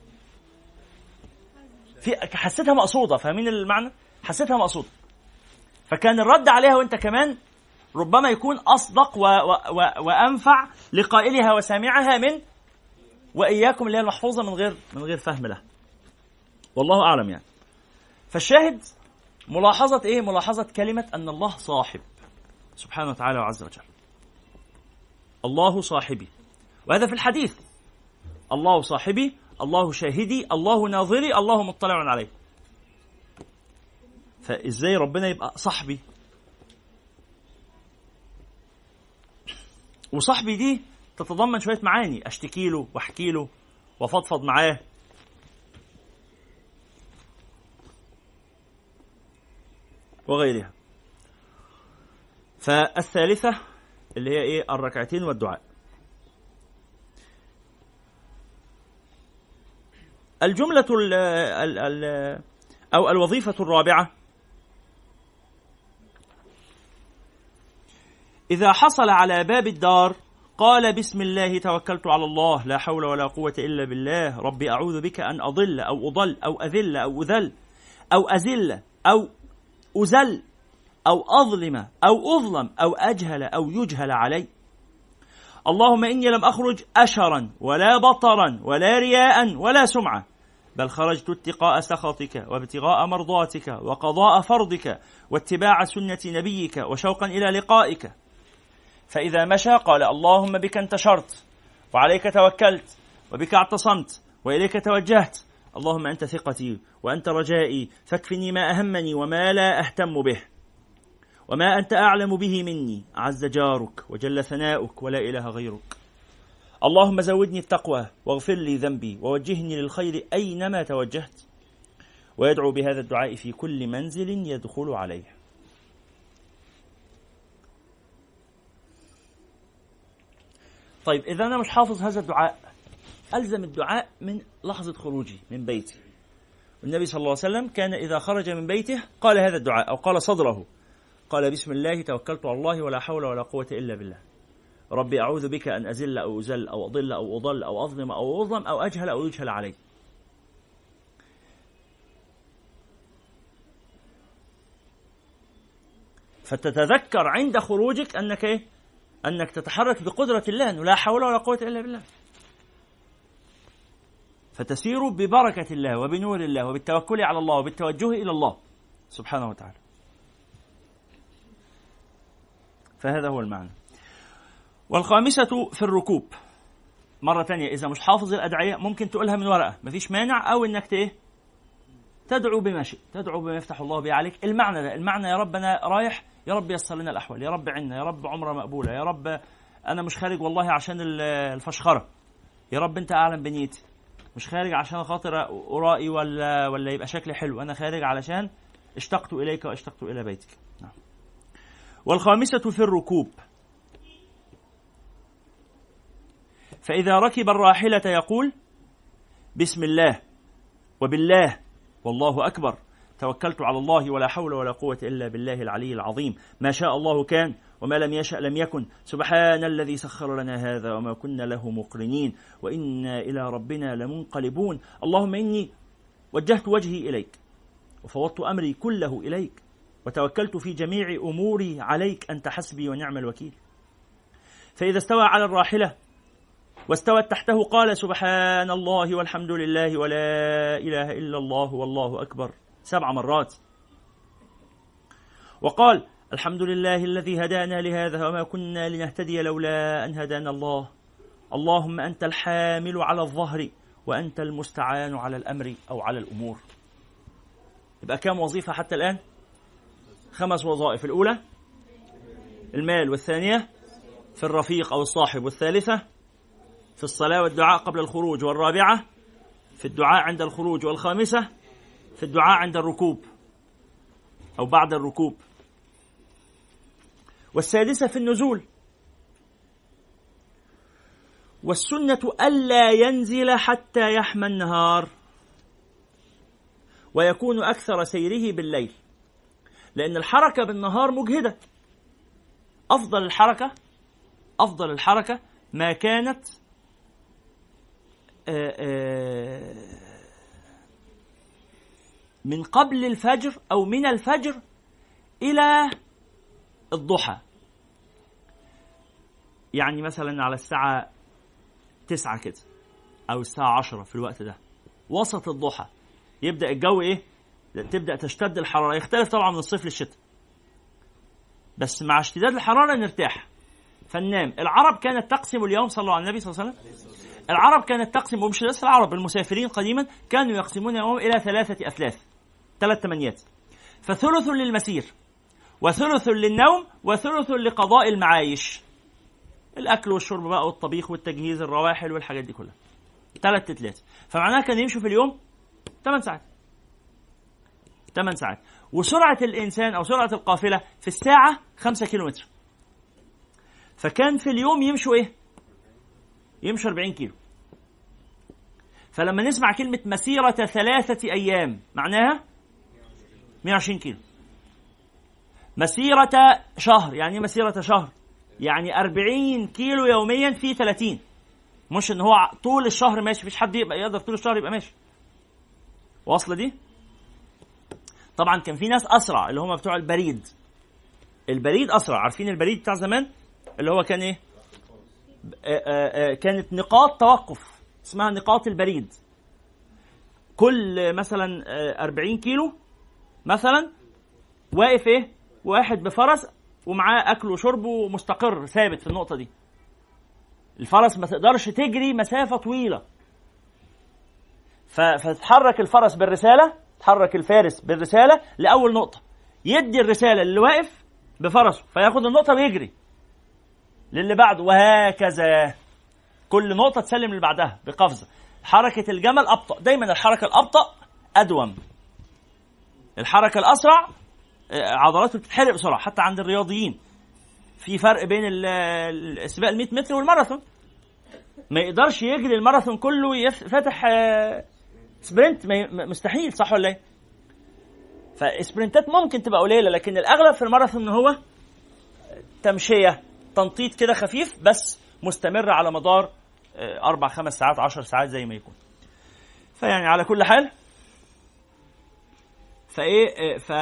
في حسيتها مقصودة. فاهمين المعنى؟ حسيتها مقصودة، فكان الرد عليها وانت كمان ربما يكون أصدق و و و وأنفع لقائلها وسامعها من وإياكم اللي هي المحفوظة من غير من غير فهم لها. والله أعلم يعني. فالشاهد ملاحظة إيه؟ ملاحظة كلمة أن الله صاحب سبحانه وتعالى وعز وجل. الله صاحبي، وهذا في الحديث. الله صاحبي، الله شاهدي، الله ناظري، الله مطلع عليه. فإزاي ربنا يبقى صاحبي؟ وصاحبي دي تتضمن شوية معاني، أشتكي له واحكي له وفضفض معاه. وغيرها. فالثالثة اللي هي إيه؟ الركعتين والدعاء. الجملة ال ال ال أو الوظيفة الرابعة: إذا حصل على باب الدار قال بسم الله توكلت على الله لا حول ولا قوة إلا بالله ربي أعوذ بك أن أضل أو أضل أو أذل أو أذل أو أزل أو أزل أو أظلم أو أظلم أو أجهل أو يجهل علي. اللهم إني لم أخرج أشرا ولا بطرا ولا رياء ولا سمعة، بل خرجت اتقاء سخطك وابتغاء مرضاتك وقضاء فرضك واتباع سنة نبيك وشوقا إلى لقائك. فإذا مشى قال اللهم بك انتشرت وعليك توكلت وبك اعتصمت وإليك توجهت، اللهم أنت ثقتي وأنت رجائي فاكفني ما أهمني وما لا أهتم به وما أنت أعلم به مني عز جارك وجل ثناؤك ولا إله غيرك. اللهم زودني التقوى واغفر لي ذنبي ووجهني للخير أينما توجهت. ويدعو بهذا الدعاء في كل منزل يدخل عليه. طيب إذا أنا مش حافظ هذا الدعاء، ألزم الدعاء من لحظة خروجي من بيتي. والنبي صلى الله عليه وسلم كان إذا خرج من بيته قال هذا الدعاء أو قال صدره، قال بسم الله توكلت على الله ولا حول ولا قوة إلا بالله ربي أعوذ بك أن أزل أو أزل أو أضل أو أضل أو أظلم أو أظلم أو أجهل أو يجهل علي. فتتذكر عند خروجك أنك إيه؟ أنك تتحرك بقدرة الله، أنه لا حول ولا قوة إلا بالله، فتسير ببركة الله وبنور الله وبالتوكل على الله وبالتوجه إلى الله سبحانه وتعالى. فهذا هو المعنى. والخامسة في الركوب. مرة تانية إذا مش حافظ الأدعية ممكن تقولها من ورقة، مفيش مانع، أو إنك إيه؟ تدعو بما شئت، تدعو بما يفتح الله به عليك. المعنى ده، المعنى يا رب أنا رايح، يا رب يسر لنا الأحوال، يا رب عنا، يا رب عمرة مقبولة، يا رب أنا مش خارج والله عشان الفشخرة، يا رب أنت أعلم بنيتي، مش خارج عشان خاطر أرائي ولا ولا يبقى شكلي حلو، أنا خارج علشان اشتقت إليك واشتقت إلى بيتك. نعم. والخامسة في الركوب. فإذا ركب الراحلة يقول بسم الله وبالله والله أكبر توكلت على الله ولا حول ولا قوة إلا بالله العلي العظيم ما شاء الله كان وما لم يشأ لم يكن سبحان الذي سخر لنا هذا وما كنا له مقرنين وإنا إلى ربنا لمنقلبون. اللهم إني وجهت وجهي إليك وفوضت أمري كله إليك وتوكلت في جميع أموري عليك أنت حسبي ونعم الوكيل. فإذا استوى على الراحلة واستوت تحته قال سبحان الله والحمد لله ولا إله إلا الله والله أكبر سبع مرات. وقال الحمد لله الذي هدانا لهذا وما كنا لنهتدي لولا أن هدانا الله اللهم أنت الحامل على الظهر وأنت المستعان على الأمر أو على الأمور. يبقى كم وظيفة حتى الآن؟ خمس وظائف. الأولى المال، والثانية في الرفيق أو الصاحب، والثالثة في الصلاة والدعاء قبل الخروج، والرابعة في الدعاء عند الخروج، والخامسة في الدعاء عند الركوب أو بعد الركوب، والسادسة في النزول. والسنة ألا ينزل حتى يحمى النهار ويكون أكثر سيره بالليل، لأن الحركة بالنهار مجهدة. أفضل الحركة أفضل الحركة ما كانت من قبل الفجر أو من الفجر إلى الضحى، يعني مثلا على الساعة تسعة كده أو الساعة عشرة في الوقت ده وسط الضحى يبدأ الجو إيه؟ تبدأ تشتد الحرارة. يختلف طبعا من الصيف للشتاء، بس مع اشتداد الحرارة نرتاح فننام. العرب كانت تقسم اليوم، صلوا على النبي صلى الله عليه وسلم، العرب كانت تقسم، ومش بس العرب، المسافرين قديما كانوا يقسمون يوم إلى ثلاثة أثلاث، ثلاث تمانيات، فثلث للمسير وثلث للنوم وثلث لقضاء المعايش، الأكل والشرب بقى والطبيخ والتجهيز الرواحل والحاجات دي كلها، ثلاث تتلات. فمعناها كان يمشوا في اليوم ثمان ساعات، ثمان ساعات. وسرعة الإنسان أو سرعة القافلة في الساعة خمسة كيلومتر، فكان في اليوم يمشوا إيه؟ يمشوا أربعين كيلو. فلما نسمع كلمة مسيرة ثلاثة أيام معناها مئة وعشرين كيلو. مسيرة شهر يعني مسيرة شهر يعني أربعين كيلو يوميا في ثلاثين، مش إن هو طول الشهر ماشي، فيش حد يبقى يقدر طول الشهر يبقى ماشي. واصلة دي؟ طبعا كان في ناس أسرع اللي هم بتوع البريد. البريد أسرع، عارفين البريد بتاع زمان اللي هو كان إيه؟ آآ آآ كانت نقاط توقف اسمها نقاط البريد، كل مثلا أربعين كيلو مثلا واقف إيه؟ واحد بفرس ومعاه أكل وشرب ومستقر ثابت في النقطة دي. الفرس ما تقدرش تجري مسافة طويلة، فتتحرك الفرس بالرسالة، تحرك الفارس بالرسالة لأول نقطة، يدي الرسالة اللي واقف بفرسه فياخد النقطة ويجري للي بعده، وهكذا كل نقطة تسلم اللي بعدها بقفزة. حركة الجمل أبطأ، دايما الحركة الأبطأ أدوم، الحركة الأسرع عضلاته بتتحرق بسرعة. حتى عند الرياضيين في فرق بين السباق المئة متر والماراثون، ما يقدرش يجري الماراثون كله يفتح سبرنت، مستحيل، صح ولا ايه؟ فاسبرنتات ممكن تبقى قليلة، لكن الأغلب في الماراثون هو تمشية، تنطيط كده خفيف بس مستمر على مدار أربع خمس ساعات عشر ساعات زي ما يكون. فيعني على كل حال فإيه ف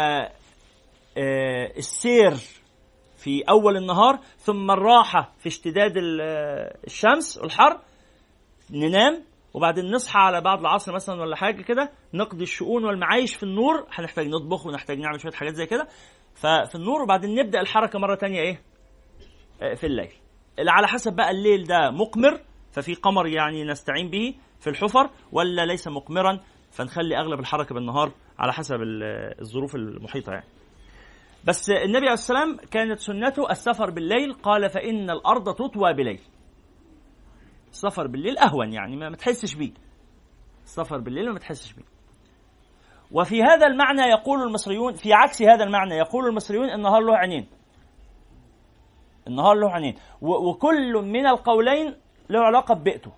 السير في أول النهار ثم الراحة في اشتداد الشمس والحر، ننام وبعدين نصحى على بعد العصر مثلا ولا حاجة كده، نقضي الشؤون والمعايش في النور، هنحتاج نطبخ ونحتاج نعمل شوية حاجات زي كده ففي النور، وبعدين نبدأ الحركة مرة تانية إيه في الليل. اللي على حسب بقى الليل ده مقمر ففي قمر يعني نستعين به في الحفر، ولا ليس مقمرا فنخلي أغلب الحركة بالنهار على حسب الظروف المحيطة يعني. بس النبي عليه السلام كانت سنته السفر بالليل، قال فإن الأرض تطوى بليل. السفر بالليل أهون، يعني ما تحسش بيه، السفر بالليل ما تحسش بيه. وفي هذا المعنى يقول المصريون، في عكس هذا المعنى يقول المصريون النهار له عينين، النهار له عينين، وكل من القولين له علاقة ببيئته.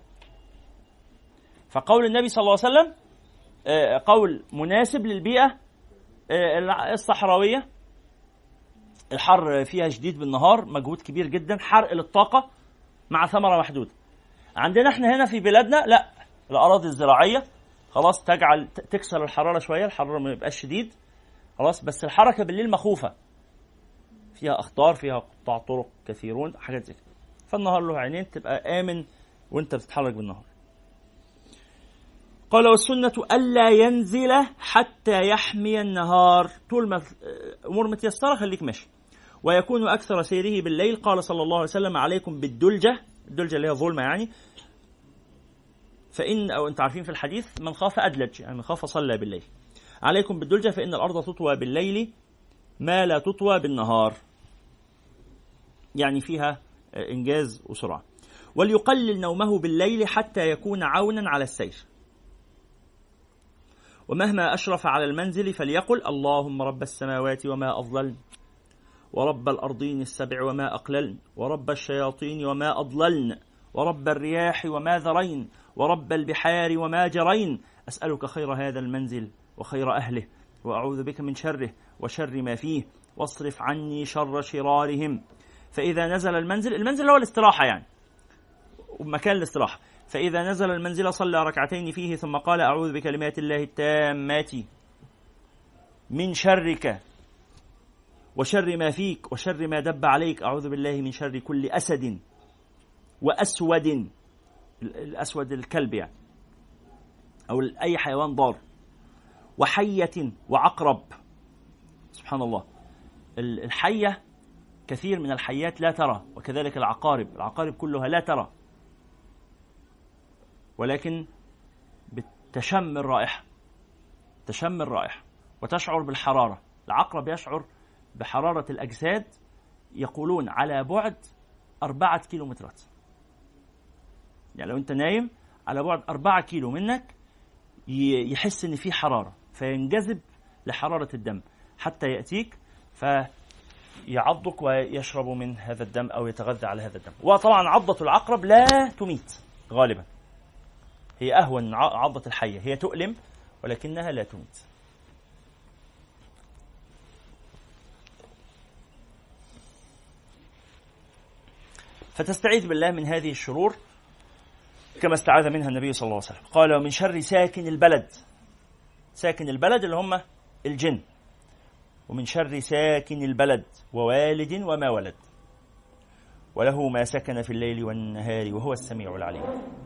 فقول النبي صلى الله عليه وسلم قول مناسب للبيئة الصحراوية، الحر فيها شديد بالنهار، مجهود كبير جدا، حرق للطاقة مع ثمرة محدودة. عندنا احنا هنا في بلادنا لا، الأراضي الزراعية خلاص تجعل تكسر الحرارة شوية، الحرارة ما يبقاش شديد خلاص، بس الحركة بالليل مخوفة، فيها أخطار، فيها قطاع طرق كثيرون، حاجات زي كده. فالنهار له عينين، تبقى آمن وانت بتتحرك بالنهار. قال والسنة ألا ينزل حتى يحمي النهار، طول ما أمور متيسرة خليك ماشي. ويكون أكثر سيره بالليل، قال صلى الله عليه وسلم عليكم بالدلجة، الدلجة اللي هي ظلمة يعني، فإن أو أنت عارفين في الحديث من خاف أدلج، يعني من خاف صلى بالليل. عليكم بالدلجة فإن الأرض تطوى بالليل ما لا تطوى بالنهار، يعني فيها إنجاز وسرعة. وليقلل نومه بالليل حتى يكون عونا على السير. ومهما أشرف على المنزل فليقل اللهم رب السماوات وما أضللن، ورب الأرضين السبع وما أقللن، ورب الشياطين وما أضللن، ورب الرياح وما ذرين، ورب البحار وما جرين، أسألك خير هذا المنزل وخير أهله، وأعوذ بك من شره وشر ما فيه، واصرف عني شر شرارهم. فإذا نزل المنزل، المنزل هو الاستراحة يعني ومكان الاستراحة، فإذا نزل المنزل صلى ركعتين فيه ثم قال أعوذ بكلمات الله التامات من شرك وشر ما فيك وشر ما دب عليك، أعوذ بالله من شر كل أسد وأسود، الأسود الكلب يعني، أو أي حيوان ضار، وحية وعقرب. سبحان الله، الحية كثير من الحيات لا ترى، وكذلك العقارب، العقارب كلها لا ترى ولكن بتشم الرائحة، تشم الرائحة وتشعر بالحرارة. العقرب يشعر بحرارة الأجساد يقولون على بعد أربعة كيلومترات، يعني لو أنت نايم على بعد أربعة كيلو منك يحس إن في حرارة، فينجذب لحرارة الدم حتى يأتيك فيعضك ويشرب من هذا الدم أو يتغذى على هذا الدم. وطبعا عضة العقرب لا تميت غالبا، هي أهون عضة الحية، هي تؤلم ولكنها لا تميت. فتستعيذ بالله من هذه الشرور كما استعاذ منها النبي صلى الله عليه وسلم. قال ومن شر ساكن البلد، ساكن البلد اللي هم الجن، ومن شر ساكن البلد ووالد وما ولد، وله ما سكن في الليل والنهار وهو السميع العليم.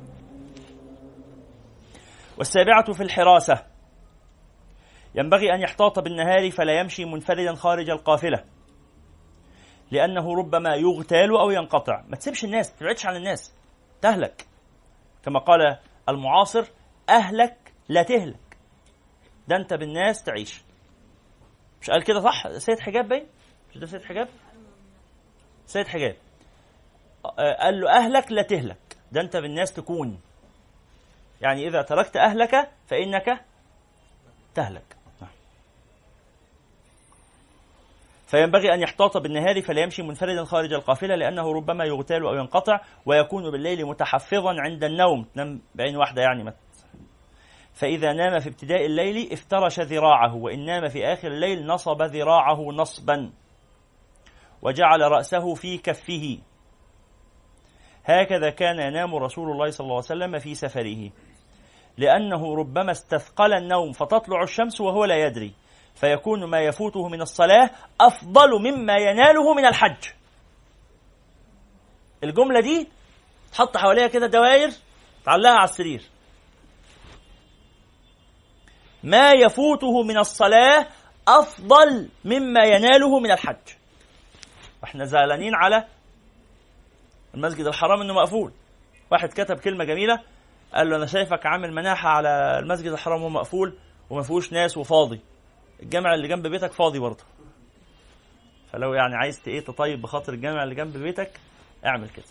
والسابعة في الحراسة، ينبغي أن يحتاط بالنهار فلا يمشي منفردا خارج القافلة، لأنه ربما يغتال أو ينقطع. ما تسيبش الناس، ما تبعدش عن الناس، تهلك. كما قال المعاصر أهلك لا تهلك، ده أنت بالناس تعيش. مش قال كده صح سيد حجاب؟ باين مش ده سيد حجاب؟ سيد حجاب قال له أهلك لا تهلك، ده أنت بالناس تكون، يعني إذا تركت أهلك فإنك تهلك. فينبغي أن يحتاط بالنهار فلا يمشي منفردا خارج القافلة، لأنه ربما يغتال أو ينقطع، ويكون بالليل متحفظا عند النوم، تنام بعين واحدة يعني مت. فإذا نام في ابتداء الليل افترش ذراعه، وإن نام في آخر الليل نصب ذراعه نصبا، وجعل رأسه في كفه. هكذا كان ينام رسول الله صلى الله عليه وسلم في سفره، لأنه ربما استثقل النوم فتطلع الشمس وهو لا يدري، فيكون ما يفوته من الصلاة أفضل مما يناله من الحج. الجملة دي تحط حواليها كده دوائر تعلقها على السرير. ما يفوته من الصلاة أفضل مما يناله من الحج. واحنا زعلانين على المسجد الحرام انه مقفول. واحد كتب كلمة جميلة، قال له أنا شايفك عامل مناحة على المسجد الحرام وهو مقفول وما فيهوش ناس وفاضي، الجامع اللي جنب بيتك فاضي برضه، فلو يعني عايز ايه تطيب بخاطر الجامع اللي جنب بيتك اعمل كده.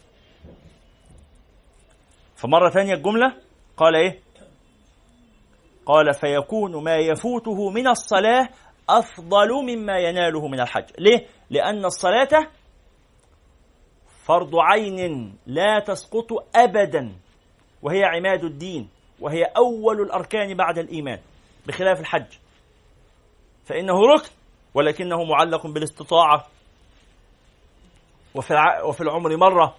فمرة ثانية الجملة قال ايه؟ قال فيكون ما يفوته من الصلاة أفضل مما يناله من الحج. ليه؟ لأن الصلاة فرض عين لا تسقط أبدا، وهي عماد الدين، وهي أول الأركان بعد الإيمان، بخلاف الحج فإنه ركن ولكنه معلق بالاستطاعة، وفي العمر مرة.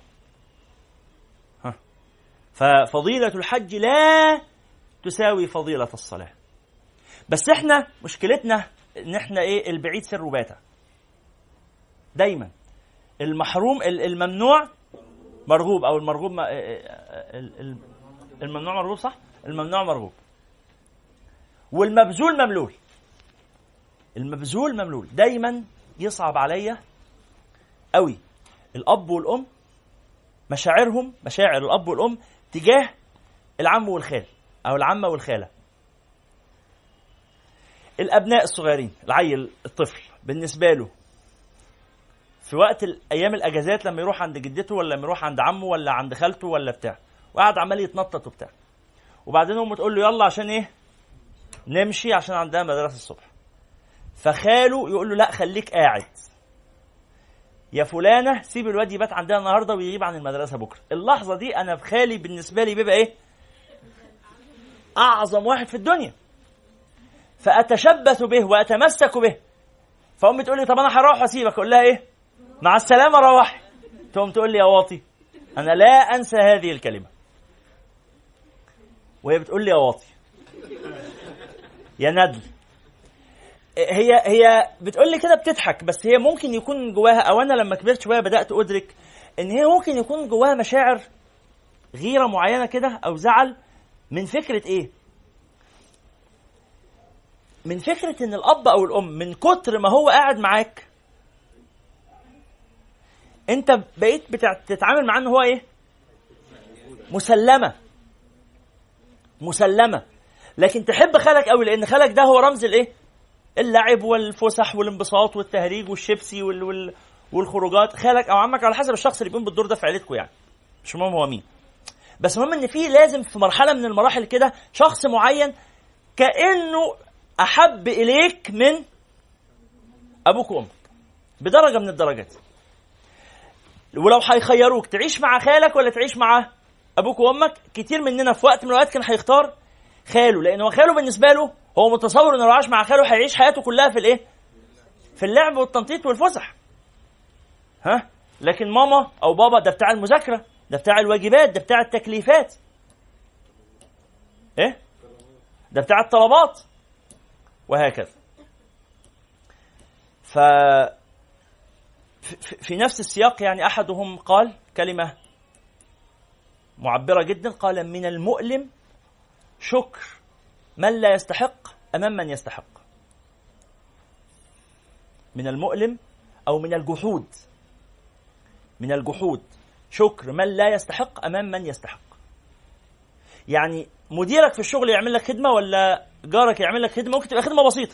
ففضيلة الحج لا تساوي فضيلة الصلاة. بس احنا مشكلتنا ان احنا ايه؟ البعيد سر باتا. دايما المحروم الممنوع مرغوب، او المرغوب الممنوع مرغوب، صح؟ الممنوع مرغوب، والمبذول مملول. المبذول مملول. دايما يصعب عليا قوي الاب والام، مشاعرهم، مشاعر الاب والام تجاه العم والخال او العمه والخاله. الابناء الصغيرين، العيل الطفل بالنسبه له في وقت ايام الاجازات لما يروح عند جدته ولا لما يروح عند عمه ولا عند خالته ولا بتاع، وقاعد عمال يتنطط وبتاع، وبعدين امه تقول له يلا عشان ايه؟ نمشي عشان عندها مدرسه الصبح. فخاله يقول له لا خليك قاعد يا فلانه، سيب الواد يبات عندنا النهارده ويغيب عن المدرسه بكره. اللحظه دي انا بخالي بالنسبه لي بيبقى ايه؟ اعظم واحد في الدنيا، فاتشبث به واتمسك به. فامي تقول لي طب انا هروح واسيبك، اقول لها ايه؟ مع السلامه روحي. تقوم تقول لي يا واطي. انا لا انسى هذه الكلمه وهي بتقول لي يا واطي يا ندل. هي هي بتقول لي كده بتضحك، بس هي ممكن يكون جواها، او انا لما كبرت شويه بدات ادرك ان هي ممكن يكون جواها مشاعر غيرة معينة كده أو زعل من فكرة إيه؟ من فكرة إن الأب أو الأم من كتر ما هو قاعد معاك أنت بقيت بتتعامل معاه إن هو إيه؟ مسلمة مسلمة. لكن تحب خالك قوي لأن خالك ده هو رمز الإيه؟ اللعب والفسح والانبساط والتهريج والشيبسي وال... وال... والخروجات. خالك أو عمك على حسب الشخص اللي بيقوم بالدور ده في عيلتكم يعني، مش مهم هو مين، بس مهم إن في لازم في مرحلة من المراحل كده شخص معين كأنه أحب إليك من أبوك وأمك بدرجة من الدرجات. ولو هيخيروك تعيش مع خالك ولا تعيش مع أبوك وأمك، كتير مننا في وقت من الوقت كان هيختار خاله، لأنه خاله بالنسبة له هو متصور إنه لو عاش مع خاله هيعيش حياته كلها في الإيه؟ في اللعب والتنطيط والفسح. ها؟ لكن ماما أو بابا ده بتاع المذاكرة، ده بتاع الواجبات، ده بتاع التكليفات، إيه؟ ده بتاع الطلبات، وهكذا. ف في نفس السياق يعني أحدهم قال كلمة معبرة جدا، قال: من المؤلم شكر من لا يستحق أمام من يستحق. من المؤلم أو من الجحود من الجحود شكر من لا يستحق أمام من يستحق. يعني مديرك في الشغل يعمل لك خدمة ولا جارك يعمل لك خدمة، ممكن تبقى خدمة بسيطة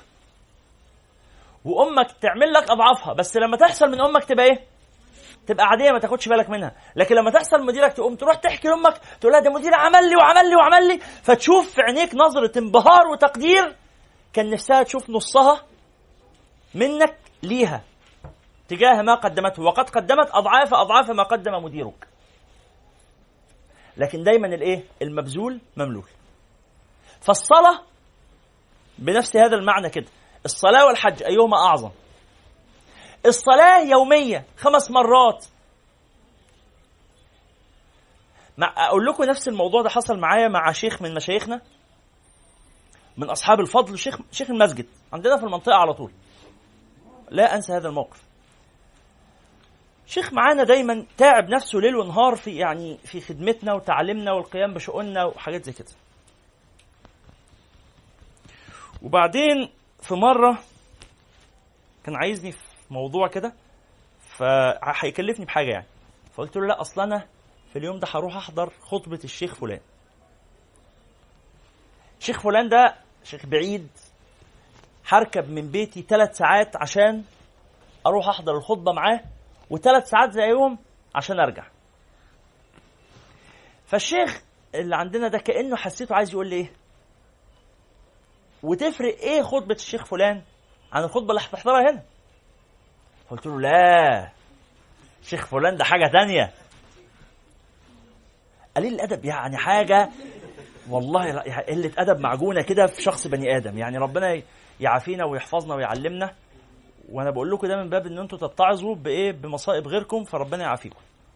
وأمك تعمل لك أضعافها، بس لما تحصل من أمك تبقى إيه؟ تبقى عادية ما تاخدش بالك منها. لكن لما تحصل مديرك تقوم تروح تحكي لأمك تقول لها ده مدير عمل لي وعمل لي وعمل لي، فتشوف في عينيك نظرة انبهار وتقدير كان نفسها تشوف نصها منك ليها تجاه ما قدمته، وقد قدمت أضعاف أضعاف ما قدم مديرك. لكن دايما الإيه؟ المبذول مملول. فالصلاة بنفس هذا المعنى كده، الصلاة والحج أيهما أعظم؟ الصلاة يومية خمس مرات. مع أقول لكم نفس الموضوع ده حصل معايا مع شيخ من مشايخنا من أصحاب الفضل، شيخ شيخ المسجد عندنا في المنطقة على طول، لا أنسى هذا الموقف. شيخ معانا دايما تعب نفسه ليل ونهار في يعني في خدمتنا وتعليمنا والقيام بشؤوننا وحاجات زي كده. وبعدين في مرة كان عايزني في موضوع كده فهيكلفني بحاجة يعني، فقلت له لا أصل أنا في اليوم ده هروح أحضر خطبة الشيخ فلان. الشيخ فلان ده شيخ بعيد، هركب من بيتي ثلاث ساعات عشان أروح أحضر الخطبة معاه، وثلاث ساعات زيهم عشان أرجع. فالشيخ اللي عندنا ده كأنه حسيته عايز يقول لي إيه وتفرق إيه خطبة الشيخ فلان عن الخطبة اللي هتحضرها هنا. قلت له لا، شيخ فلان ده حاجة تانية، قليل الأدب يعني حاجة والله قلة أدب معجونة كده في شخص بني آدم. يعني ربنا يعافينا ويحفظنا ويعلمنا، وأنا بقول لكم ده من باب إن أنتوا تتعظوا بإيه بمصائب غيركم، فربنا يعافيكم.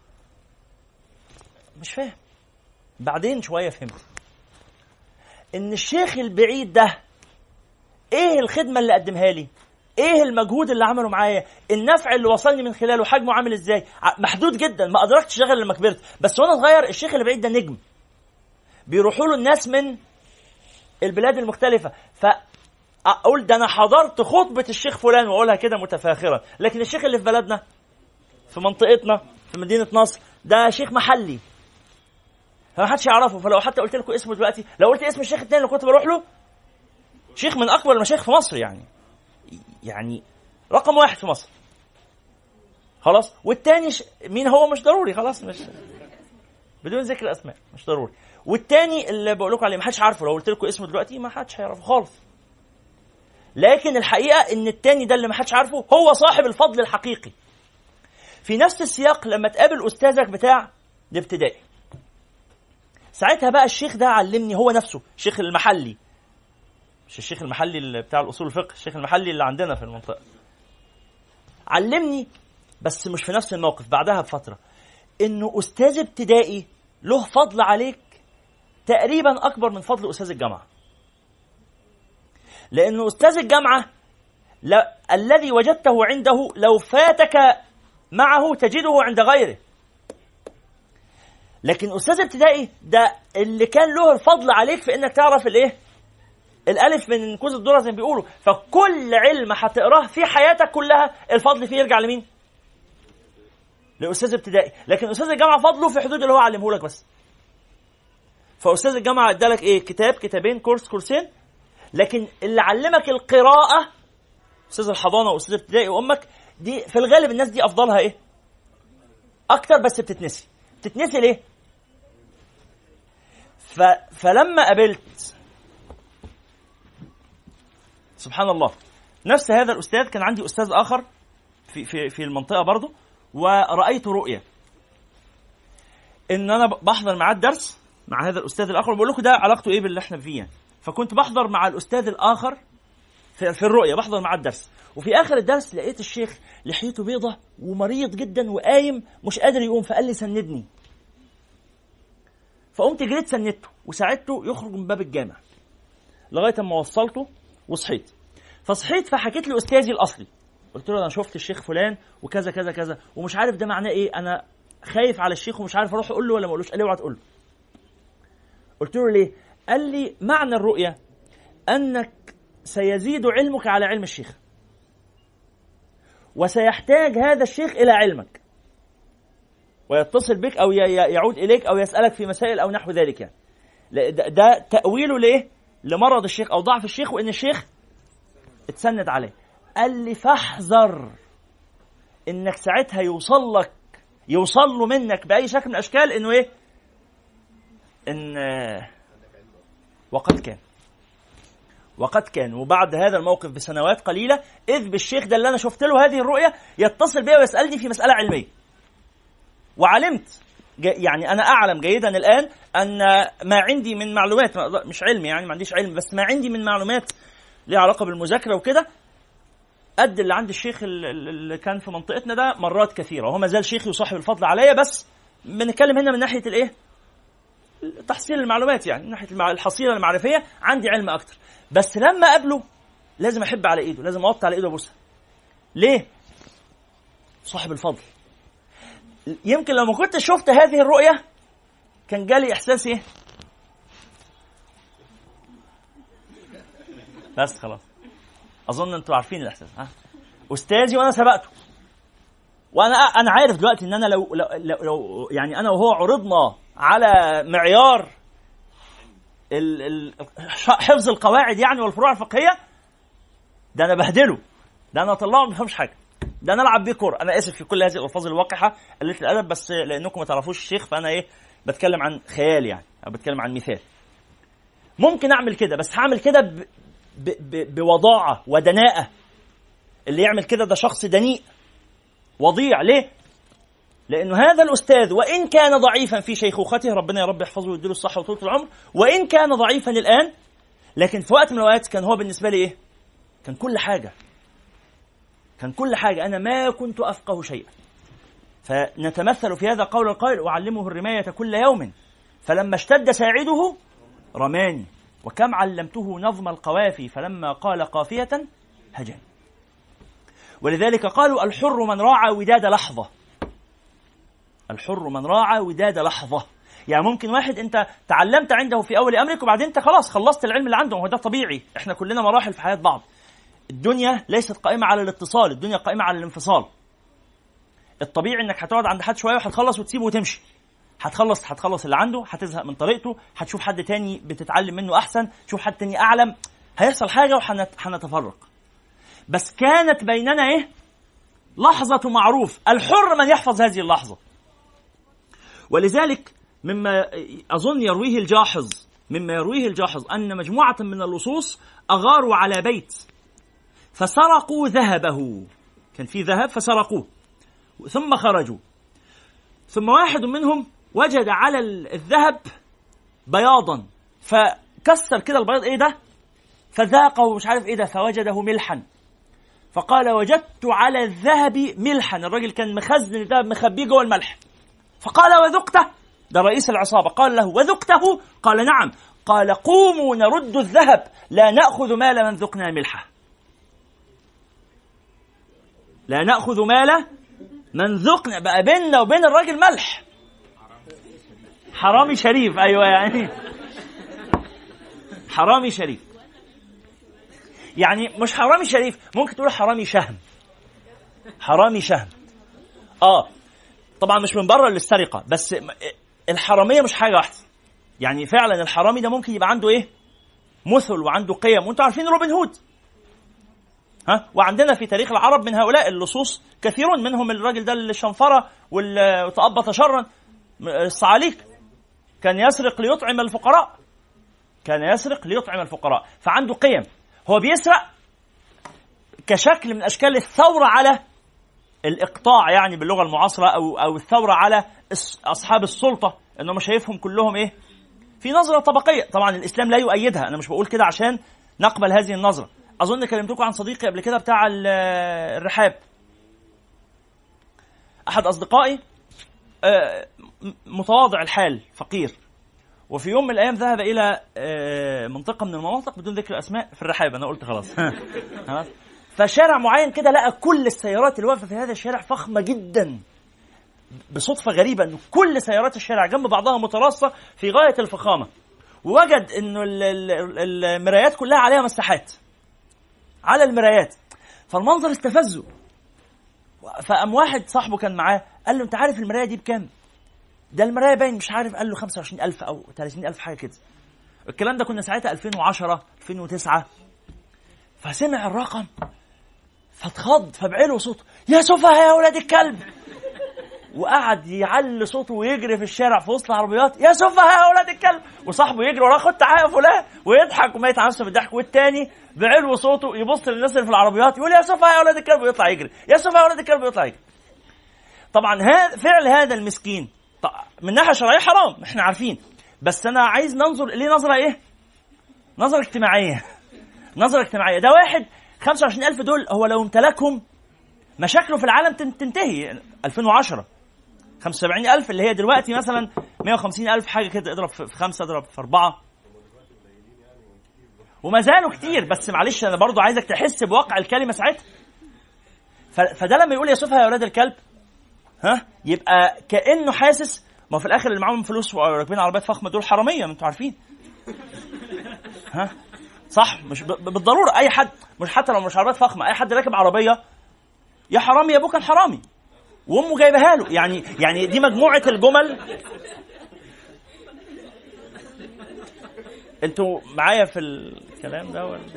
مش فاهم. بعدين شوية فهمت إن الشيخ البعيد ده إيه الخدمة اللي قدمها لي، ايه المجهود اللي عمله معايا، النفع اللي وصلني من خلاله حجمه عامل ازاي، محدود جدا ما ادركتش غير لما كبرت. بس وانا صغير الشيخ اللي بعيد ده نجم بيروحوا له الناس من البلاد المختلفه، فاقول ده انا حضرت خطبه الشيخ فلان واقولها كده متفاخرا. لكن الشيخ اللي في بلدنا في منطقتنا في مدينه نصر ده شيخ محلي ما حدش يعرفه. فلو حتى قلت لكم اسمه دلوقتي، لو قلت اسم الشيخ الثاني اللي كنت بروح له، شيخ من اكبر المشايخ في مصر، يعني يعني رقم واحد في مصر خلاص. والتاني ش... مين هو مش ضروري، خلاص مش بدون ذكر اسماء مش ضروري. والتاني اللي بقول لكم عليه ما حدش عارفه، لو قلت لكم اسمه دلوقتي ما حدش هيعرفه خالص. لكن الحقيقه ان التاني ده اللي ما حدش عارفه هو صاحب الفضل الحقيقي. في نفس السياق لما تقابل استاذك بتاع الابتدائي، ساعتها بقى الشيخ ده علمني، هو نفسه الشيخ المحلي، مش الشيخ المحلي اللي بتاع الأصول الفقه، الشيخ المحلي اللي عندنا في المنطقة، علمني بس مش في نفس الموقف، بعدها بفترة، إنه أستاذ ابتدائي له فضل عليك تقريبا أكبر من فضل أستاذ الجامعة. لأنه أستاذ الجامعة لا... الذي وجدته عنده لو فاتك معه تجده عند غيره. لكن أستاذ ابتدائي ده اللي كان له الفضل عليك في إنك تعرف الإيه؟ الألف من كوز الذرة زي ما بيقولوا. فكل علم هتقراه في حياتك كلها الفضل فيه يرجع لمين؟ لأستاذ ابتدائي. لكن أستاذ الجامعة فضله في حدود اللي هو علمه لك بس. فأستاذ الجامعة ادالك إيه؟ كتاب كتابين كورس كورسين. لكن اللي علمك القراءة أستاذ الحضانة وأستاذ ابتدائي وأمك دي في الغالب الناس دي أفضلها إيه؟ أكتر بس بتتنسي. بتتنسي ليه؟ ف... فلما قابلت سبحان الله نفس هذا الأستاذ، كان عندي أستاذ آخر في, في, في المنطقة برضو، ورأيت رؤية إن أنا بحضر معاه الدرس مع هذا الأستاذ الآخر، وبقول لكم ده علاقته إيه باللي إحنا فيه. فكنت بحضر مع الأستاذ الآخر في, في الرؤية، بحضر مع الدرس، وفي آخر الدرس لقيت الشيخ لحيته بيضة ومريض جدا وقايم مش قادر يقوم، فقال لي سندني. فقمت جريت سندته وساعدته يخرج من باب الجامع لغاية ما وصلته وصحيت. فصحيت فحكيت لي أستاذي الأصلي، قلت له أنا شفت الشيخ فلان وكذا كذا كذا ومش عارف ده معناه إيه، أنا خايف على الشيخ ومش عارف أروح أقول له ولا ما أقولوش. قال لي اوعى تقول له. قلت له ليه؟ قال لي معنى الرؤية أنك سيزيد علمك على علم الشيخ، وسيحتاج هذا الشيخ إلى علمك ويتصل بك أو يعود إليك أو يسألك في مسائل أو نحو ذلك. يعني ده تأويله ليه؟ لمرض الشيخ أو ضعف الشيخ وإن الشيخ اتسند عليه. قال لي فاحذر إنك ساعتها يوصل لك يوصل له منك بأي شكل من الأشكال إنه إيه؟ إن وقد كان وقد كان وبعد هذا الموقف بسنوات قليلة إذ بالشيخ ده اللي أنا شفت له هذه الرؤية يتصل بي ويسألني في مسألة علمية. وعلمت يعني أنا أعلم جيدا الآن أن ما عندي من معلومات، مش علمي يعني ما عنديش علم، بس ما عندي من معلومات ليه علاقة بالمذاكرة وكده قد اللي عند الشيخ اللي كان في منطقتنا ده مرات كثيرة، وهو ما زال شيخي وصاحب الفضل عليا، بس بنتكلم هنا من ناحية الإيه؟ تحصيل المعلومات، يعني من ناحية الحصيلة المعرفية عندي علم أكتر. بس لما أقابله لازم أحب على إيده، لازم أوطي على إيده وأبوسها. ليه؟ صاحب الفضل. يمكن لو ما كنت شفت هذه الرؤية كان جالي إحساس إيه؟ بس خلاص أظن أنتوا عارفين الإحساس. ها؟ أستاذي وأنا سبقته، وأنا أنا عارف دلوقتي إن أنا لو, لو, لو, لو يعني أنا وهو عرضنا على معيار ال ال حفظ القواعد يعني والفروع الفقهية، ده أنا بهدله، ده أنا أطلعه ما بفهمش حاجة، ده أنا ألعب بيه كورة. أنا آسف في كل هذه الألفاظ الواقحة قلة الأدب، بس لأنكم ما تعرفوش الشيخ فأنا إيه بتكلم عن خيال يعني، أو بتكلم عن مثال. ممكن أعمل كده، بس هعمل كده ب ب ب بوضاعة ودناءة. اللي يعمل كده ده شخص دنيء وضيع. ليه؟ لأنه هذا الأستاذ وإن كان ضعيفا في شيخوخته، ربنا يا رب يحفظه ويديله الصحة وطولة العمر، وإن كان ضعيفا الآن، لكن في وقت من الأوقات كان هو بالنسبة لي إيه؟ كان كل حاجة، كان كل حاجة. أنا ما كنت أفقه شيئا. فنتمثل في هذا قول القائل: أعلمه الرماية كل يوم فلما اشتد ساعده رماني، وكم علمته نظم القوافي فلما قال قافية هجاني. ولذلك قالوا: الحر من راعى وداد لحظة. الحر من راعى وداد لحظة. يعني ممكن واحد انت تعلمت عنده في اول امرك وبعدين انت خلاص خلصت العلم اللي عنده، وده طبيعي، احنا كلنا مراحل في حياة بعض. الدنيا ليست قائمة على الاتصال، الدنيا قائمة على الانفصال. الطبيعي انك هتقعد عند حد شوية وهتخلص وتسيبه وتمشي، هتخلص هتخلص اللي عنده، هتزهق من طريقته، هتشوف حد تاني بتتعلم منه احسن، تشوف حد تاني اعلم، هيحصل حاجة وهنتفرق. بس كانت بيننا ايه؟ لحظة معروف، الحر من يحفظ هذه اللحظة. ولذلك مما أظن يرويه الجاحظ مما يرويه الجاحظ أن مجموعة من اللصوص أغاروا على بيت فسرقوا ذهبه، كان في ذهب فسرقوه ثم خرجوا، ثم واحد منهم وجد على الذهب بياضا فكسر كده البياض، ايه ده؟ فذاقه مش عارف ايه ده، فوجده ملحا، فقال: وجدت على الذهب ملحا. الراجل كان مخزن الذهب مخبيه جوه الملح. فقال: وذقته؟ ده رئيس العصابة. قال له: وذقته؟ قال: نعم. قال: قوموا نرد الذهب، لا نأخذ مال من ذقنا ملحه. لا نأخذ مال من ذقنا، بقى بيننا وبين الراجل ملح. حرامي شريف. ايوه يعني حرامي شريف، يعني مش حرامي شريف، ممكن تقول حرامي شهم. حرامي شهم اه طبعا مش من بره للسرقه، بس الحراميه مش حاجه واحده. يعني فعلا الحرامي ده ممكن يبقى عنده ايه؟ مثل وعنده قيم. وانتم عارفين روبن هود، ها؟ وعندنا في تاريخ العرب من هؤلاء اللصوص كثيرون، منهم الراجل ده اللي شنفره وتأبط شرا، الصعاليك، كان يسرق ليطعم الفقراء، كان يسرق ليطعم الفقراء، فعنده قيم. هو بيسرق كشكل من أشكال الثورة على الإقطاع، يعني باللغة المعاصرة، أو أو الثورة على أصحاب السلطة، إنهم شايفهم كلهم إيه؟ في نظرة طبقية. طبعا الإسلام لا يؤيدها، أنا مش بقول كده عشان نقبل هذه النظرة. أظن كلمتكم عن صديقي قبل كده بتاع الرحاب، أحد أصدقائي متواضع الحال، فقير، وفي يوم من الأيام ذهب إلى منطقة من المناطق بدون ذكر أسماء في الرحاب، أنا قلت خلاص فشارع معين كده لقى كل السيارات اللي واقفة في هذا الشارع فخمة جدا، بصدفة غريبة أنه كل سيارات الشارع جنب بعضها متراصة في غاية الفخامة، ووجد أنه المرايات كلها عليها مساحات على المرايات، فالمنظر استفزه. فقام واحد صاحبه كان معاه قال له أنت عارف المراية دي بكام؟ ده المراية باين مش عارف، قال له خمسة وعشرين ألف أو ثلاثين ألف حاجة كده. الكلام ده كنا ساعتها ألفين وعشرة ألفين وتسعة. فسمع الرقم فاتخض، فبعله صوته يا سفهاء يا ولاد الكلب، وقعد يعلي صوته ويجري في الشارع في وسط العربيات يا سفهاء يا ولاد الكلب، وصاحبه يجري وراه خد تعالى يا فلان ويضحك وما يتعمسه بالضحك، والتاني بعلو صوته يبص للناس اللي في العربيات يقول يا سفهاء يا ولاد الكلب ويطلع يجري، يا سفهاء يا ولاد الكلب ويطلع يجري. طبعا هذا فعل هذا المسكين من ناحية شرعية حرام، احنا عارفين، بس انا عايز ننظر ليه نظرة ايه؟ نظرة اجتماعية. نظرة اجتماعية. ده واحد خمسة وعشرين ألف دول هو لو امتلكهم مشاكله في العالم تنتهي. ألفين وعشرة خمسة وسبعين ألف اللي هي دلوقتي مثلا مئة وخمسين ألف حاجة كده، اضرب في خمسة اضرب في أربعة، وما زالوا كتير. بس معلش أنا برضو عايزك تحس بواقع الكلمة ساعتها. فده لما يقول يا سفهاء يا ولاد الكلب، ها، يبقى كأنه حاسس ما في الآخر اللي معاهم فلوس وراكبين عربيات فخمة دول حرامية، ما انتوا عارفين، ها صح؟ مش بالضرورة أي حد، مش حتى لو مش عربيات فخمة، أي حد راكب عربية يا حرامي يا أبوه كان حرامي وأمه جايبها له. يعني يعني دي مجموعة الجمل. أنتوا معايا في الكلام ده ولا؟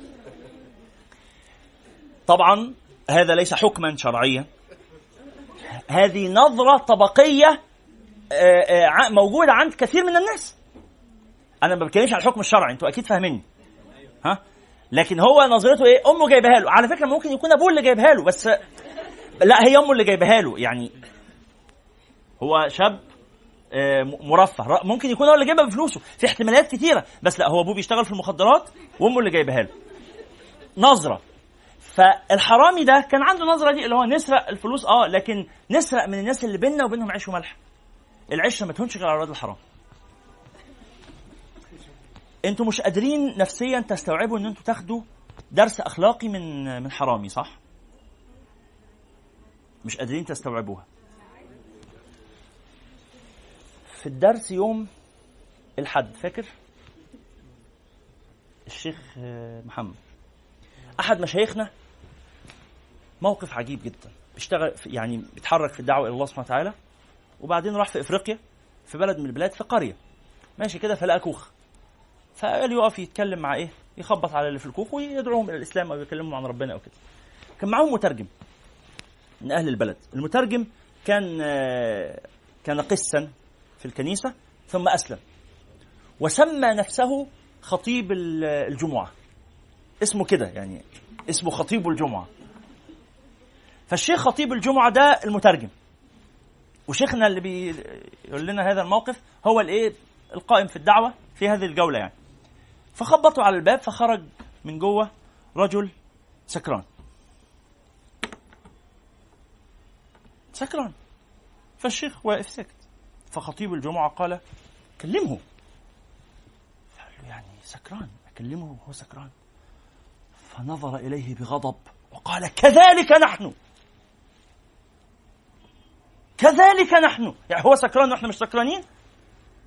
طبعا هذا ليس حكما شرعيا، هذه نظرة طبقية موجودة عند كثير من الناس. أنا ما بتكلمش عن الحكم الشرعي، أنتوا أكيد فاهميني، ها؟ لكن هو نظرته إيه؟ أمه جايبها له. على فكرة ممكن يكون أبوه اللي جايبها له، بس لا، هي أمه اللي جايبها له. يعني هو شاب مرفه، ممكن يكون هو اللي جايبها بفلوسه، في احتمالات كثيرة، بس لا، هو أبوه بيشتغل في المخدرات وأمه اللي جايبها له. نظرة. فالحرامي ده كان عنده نظرة دي، اللي هو نسرق الفلوس اه لكن نسرق من الناس اللي بيننا وبينهم عيش وملح. العيش ما تهونش غير على اولاد الحرام. انتوا مش قادرين نفسيا تستوعبوا ان انتوا تاخدوا درس اخلاقي من من حرامي، صح؟ مش قادرين تستوعبوها. في الدرس يوم الحد، فاكر الشيخ محمد احد مشايخنا، موقف عجيب جدا، بيشتغل يعني بيتحرك في الدعوه الى الله سبحانه وتعالى، وبعدين راح في افريقيا في بلد من البلاد، في قريه ماشي كده، فلقى كوخ، فقال يقف يتكلم مع ايه، يخبط على اللي في الكوخ ويدعوهم الى الاسلام او يكلمهم عن ربنا او كده. كان معهم مترجم من اهل البلد. المترجم كان كان قسا في الكنيسه ثم اسلم، وسمى نفسه خطيب الجمعه، اسمه كده، يعني اسمه خطيب الجمعه. فالشيخ خطيب الجمعه ده المترجم، وشيخنا اللي بيقول لنا هذا الموقف هو الايه القائم في الدعوه في هذه الجوله يعني. فخبطوا على الباب، فخرج من جوه رجل سكران سكران فالشيخ واقف ساكت. فخطيب الجمعه قال كلمه. فقال له يعني سكران، اكلمه وهو سكران؟ فنظر اليه بغضب وقال كذلك نحن، كذلك نحن. يعني هو سكران واحنا مش سكرانين؟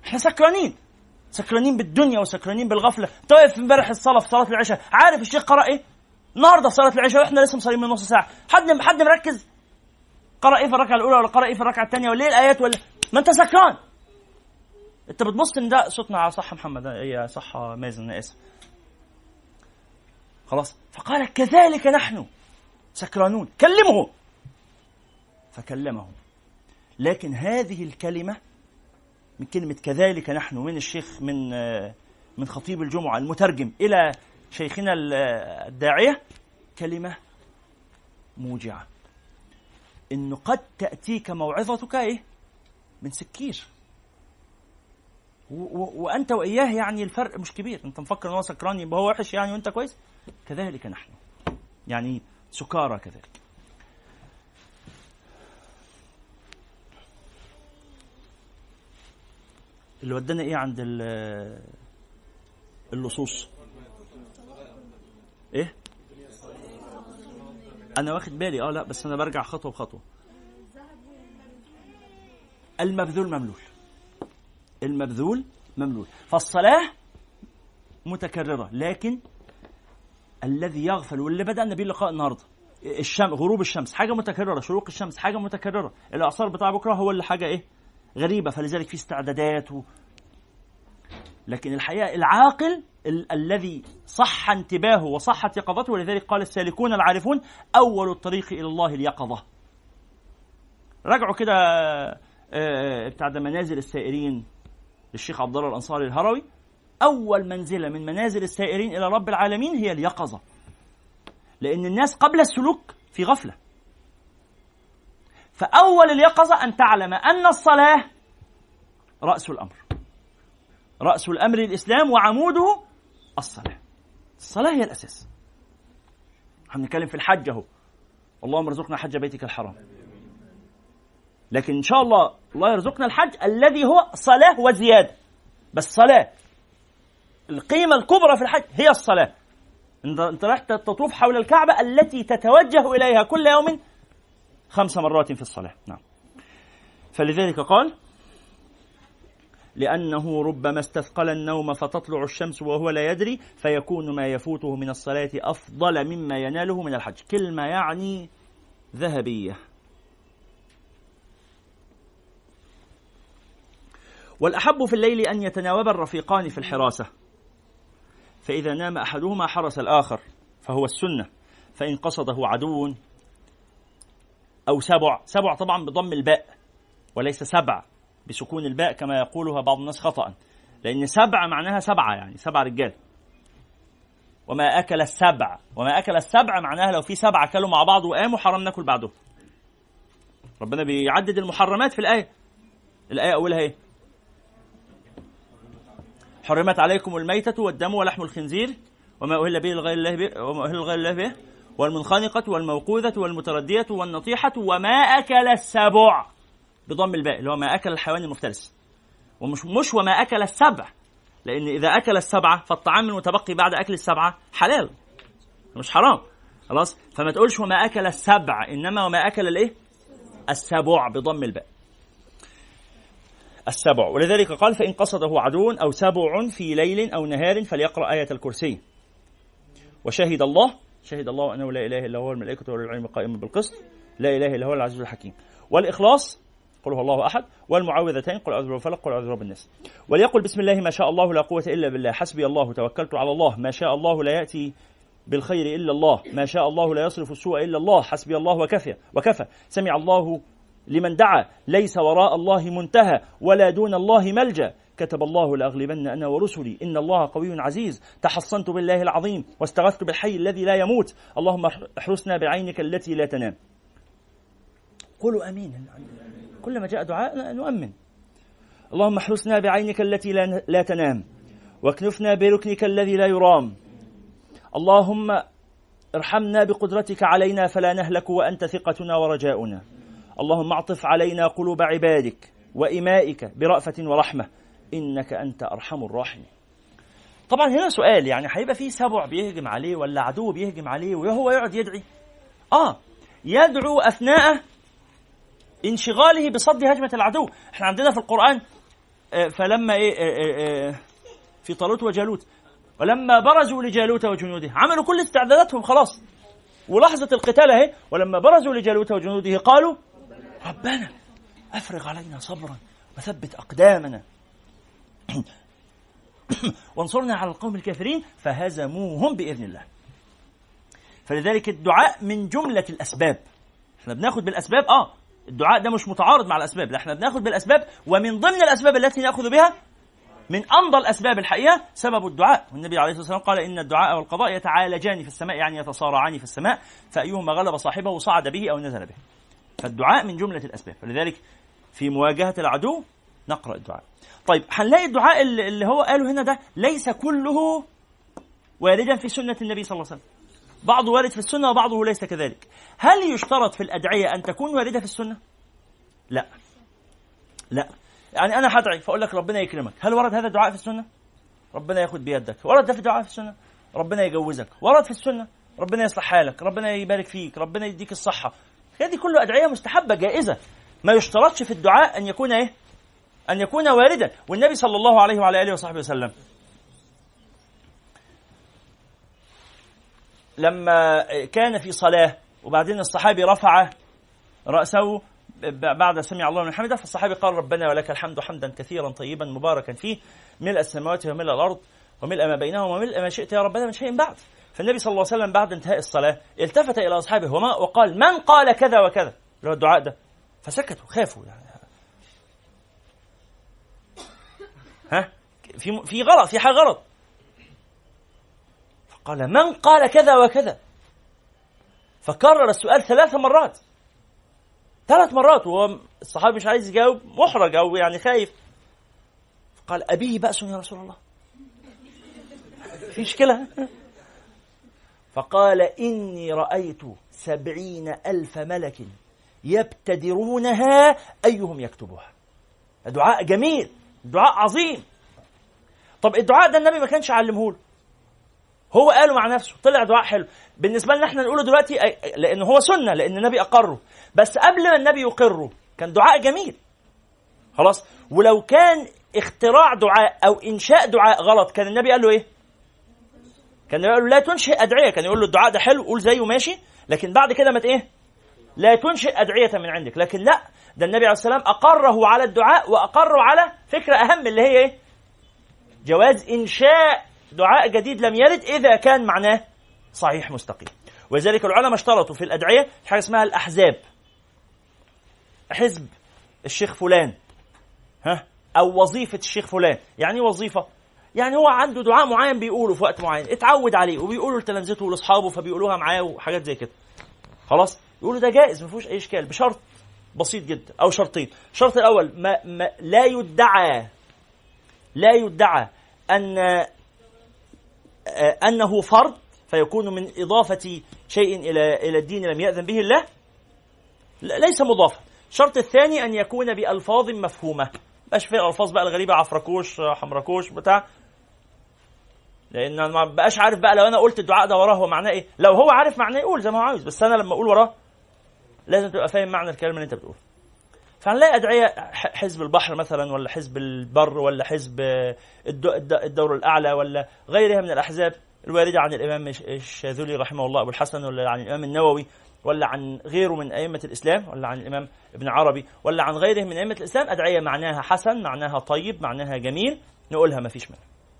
احنا سكرانين، سكرانين بالدنيا وسكرانين بالغفله. طيب امبارح الصلاه في صلاه العشاء، عارف الشيخ قرأ ايه النهارده في صلاه العشاء واحنا لسه مصلين من نص ساعه؟ حد حد مركز قرأ ايه في الركعه الاولى ولا قرأ ايه في الركعه الثانيه ولا ايه الايات؟ ولا ما انت سكران، انت بتبص ان ده صوتنا على صح محمد، هي صح مازن، انا اسف خلاص. فقال كذلك نحن سكرانون، كلمه فكلمه. لكن هذه الكلمة من كلمة كذلك نحن من الشيخ من من خطيب الجمعة المترجم إلى شيخنا الداعية كلمة موجعة، إنه قد تأتيك موعظتك إيه من سكير، وأنت وإياه يعني الفرق مش كبير. أنت مفكر أنه سكران يبقى هو وحش يعني وأنت كويس. كذلك نحن يعني سكارى كذلك. اللي ودنا ايه عند اللصوص ايه؟ انا واخد بالي اه لا بس انا برجع خطوه بخطوه. المبذول مملول، المبذول مملول. فالصلاه متكرره، لكن الذي يغفل، واللي بدأنا بيه اللقاء النهارده، الشمس، غروب الشمس حاجه متكرره، شروق الشمس حاجه متكرره، الاعصار بتاع بكره هو اللي حاجه ايه غريبه، فلذلك في استعدادات و... لكن الحقيقه العاقل ال- الذي صح انتباهه وصحت يقظته، ولذلك قال السالكون العارفون اول الطريق الى الله اليقظه. راجعوا كده بتاع ده منازل السائرين للشيخ عبد الله الانصاري الهروي، اول منزله من منازل السائرين الى رب العالمين هي اليقظه، لان الناس قبل السلوك في غفله. فاول اليقظه ان تعلم ان الصلاه راس الامر، راس الامر الاسلام وعموده الصلاه. الصلاه هي الاساس. هنتكلم في الحج اهو، اللهم ارزقنا حج بيتك الحرام، لكن ان شاء الله الله يرزقنا الحج الذي هو صلاه وزياده. بس صلاه القيمه الكبرى في الحج هي الصلاه. انت راح تطوف حول الكعبه التي تتوجه اليها كل يوم خمس مرات في الصلاه. نعم. فلذلك قال لأنه ربما استثقل النوم فتطلع الشمس وهو لا يدري فيكون ما يفوته من الصلاة أفضل مما يناله من الحج. كلمة يعني ذهبية. والأحب في الليل أن يتناوب الرفيقان في الحراسة، فإذا نام أحدهما حرس الآخر فهو السنة، فإن قصده عدو أو سبع، سبع طبعا بضم الباء وليس سبع بسكون الباء كما يقولها بعض الناس خطأ، لأن سبع معناها سبعة يعني سبع رجال. وما أكل السبع، وما أكل السبع معناها لو في سبعة أكلوا مع بعض وقاموا حرام ناكل بعضهم. ربنا بيعدد المحرمات في الآية. الآية أولها إيه؟ حرمت عليكم الميتة والدم ولحم الخنزير وما أهل به لغير الله به وما أهل لغير الله به والمنخنقة والموقوذة والمتردية والنطيحة وما أكل السبع بضم الباء اللي هو ما أكل الحيوان المفترس، ومش مش وما أكل السبع، لأن إذا أكل السبعة فالطعام المتبقي بعد أكل السبعة حلال مش حرام خلاص. فما تقولش وما أكل السبع، إنما وما أكل الإيه؟ السبع بضم الباء السبع. ولذلك قال فإن قصده عدو أو سبع في ليل أو نهار فليقرأ آية الكرسي. وشهد الله، شهد الله أنه لا إله إلا هو الملائكة والعلم قائما بالقسط لا إله إلا هو العزيز الحكيم. والإخلاص قل هو الله أحد، والمعوذتين قل أعوذ برب الفلق قل أعوذ برب الناس. وليقل بسم الله ما شاء الله لا قوة إلا بالله حسبي الله توكلت على الله ما شاء الله لا يأتي بالخير إلا الله ما شاء الله لا يصرف السوء إلا الله حسبي الله وكفى وكفى سمع الله لمن دعا ليس وراء الله منتهى ولا دون الله ملجأ كتب الله لأغلبن أنا ورسلي إن الله قوي عزيز تحصنت بالله العظيم واستغثت بالحي الذي لا يموت اللهم احرسنا بعينك التي لا تنام. قولوا أمين كلما جاء دعاء نؤمن. اللهم احرسنا بعينك التي لا تنام واكنفنا بركنك الذي لا يرام. اللهم ارحمنا بقدرتك علينا فلا نهلك وأنت ثقتنا ورجاؤنا. اللهم اعطف علينا قلوب عبادك وإمائك برأفة ورحمة إنك أنت أرحم الراحمين. طبعا هنا سؤال، يعني هيبقى فيه سبع بيهجم عليه ولا عدو بيهجم عليه وهو يقعد يدعي؟ آه يدعو أثناء انشغاله بصد هجمة العدو. احنا عندنا في القرآن فلما إيه في طالوت وجالوت، ولما برزوا لجالوت وجنوده عملوا كل استعداداتهم خلاص، ولحظة القتال اهي، ولما برزوا لجالوت وجنوده قالوا ربنا أفرغ علينا صبرا وثبت أقدامنا وانصرنا على القوم الكافرين فهزموهم بإذن الله. فلذلك الدعاء من جملة الأسباب. احنا بناخد بالأسباب، آه الدعاء ده مش متعارض مع الأسباب، لا احنا بناخد بالأسباب، ومن ضمن الأسباب التي نأخذ بها من أمضى الأسباب الحقيقة سبب الدعاء. والنبي عليه الصلاة والسلام قال إن الدعاء والقضاء يتعالجان في السماء، يعني يتصارعان في السماء، فأيهما غلب صاحبه صعد به أو نزل به. فالدعاء من جملة الأسباب، فلذلك في مواجهة العدو نقرأ الدعاء. طيب هنلاقي الدعاء اللي هو قاله هنا ده ليس كله واردا في سنة النبي صلى الله عليه وسلم، بعضه وارد في السنة وبعضه ليس كذلك. هل يشترط في الأدعية أن تكون واردة في السنة؟ لا لا، يعني أنا هدعي فأقول لك ربنا يكرمك، هل ورد هذا الدعاء في السنة؟ ربنا ياخد بيدك، ورد ده في الدعاء في السنة؟ ربنا يجوزك، ورد في السنة؟ ربنا يصلح حالك، ربنا يبارك فيك، ربنا يديك الصحة. هذه كله أدعية مستحبة جائزة، ما يشترطش في الدعاء أن يكون إيه؟ أن يكون واردا. والنبي صلى الله عليه وعلى آله وصحبه وسلم لما كان في صلاة وبعدين الصحابي رفع رأسه بعد سمع الله من حمده، فالصحابي قال ربنا ولك الحمد حمدا كثيرا طيبا مباركا فيه ملء السماوات وملء الأرض وملء ما بينهما وملء ما شئت يا ربنا من شيء بعد. فالنبي صلى الله عليه وسلم بعد انتهاء الصلاة التفت إلى أصحابه وما وقال من قال كذا وكذا، اللي هو الدعاء ده، فسكتوا خافوا يعني ها في في غلط، في حاجة غلط. فقال من قال كذا وكذا، فكرر السؤال ثلاث مرات ثلاث مرات وهو الصحابي مش عايز يجاوب، محرج أو يعني خايف. قال أبيه بأس يا رسول الله، في مشكلة؟ فقال إني رأيت سبعين ألف ملك يبتدرونها أيهم يكتبها. دعاء جميل، دعاء عظيم. طب الدعاء ده النبي ما كانش علمه له، هو قاله مع نفسه، طلع دعاء حلو بالنسبة لنا احنا نقوله دلوقتي لأنه هو سنة، لأن النبي أقره. بس قبل ما النبي يقره كان دعاء جميل خلاص. ولو كان اختراع دعاء أو إنشاء دعاء غلط كان النبي قال له إيه؟ كان النبي قال له لا تنشئ أدعية، كان يقول له الدعاء ده حلو قول زيه ماشي، لكن بعد كده ما إيه؟ لا تنشئ أدعية من عندك. لكن لا، ده النبي عليه السلام أقره على الدعاء وأقره على فكرة أهم اللي هي إيه؟ جواز إنشاء دعاء جديد لم يرد إذا كان معناه صحيح مستقيم. ولذلك العلماء اشترطوا في الأدعية حاجة اسمها الأحزاب، حزب الشيخ فلان ها أو وظيفة الشيخ فلان. يعني وظيفة، يعني هو عنده دعاء معين بيقوله في وقت معين اتعود عليه وبيقوله لتلامذته ولأصحابه فبيقولوها معاه وحاجات زي كده خلاص، يقولوا ده جائز ما فيهوش أي إشكال بشرط بسيط جدا أو شرطين. الشرط الأول ما ما لا يدعى لا يدعى أن أنه فرض فيكون من إضافة شيء إلى إلى الدين لم يأذن به الله، ليس مضافا. الشرط الثاني أن يكون بألفاظ مفهومة، باش في ألفاظ بقى الغريبة عفركوش حمركوش بتاع، لأن ما بقاش عارف بقى لو أنا قلت الدعاء ده وراه هو معناه إيه. لو هو عارف معناه يقول زي ما هو عاوز، بس أنا لما أقول وراه لازم تبقى فاهم معنى الكلام اللي أنت بتقول. فهنلاقي أدعية حزب البحر مثلا، ولا حزب البر، ولا حزب الدور الأعلى، ولا غيرها من الأحزاب الواردة عن الإمام الشاذلي رحمه الله أبو الحسن، ولا عن الإمام النووي، ولا عن غيره من أئمة الإسلام، ولا عن الإمام ابن عربي، ولا عن غيره من أئمة الإسلام. أدعية معناها حسن، معناها طيب، معناها جميل، نقولها ما فيش منها.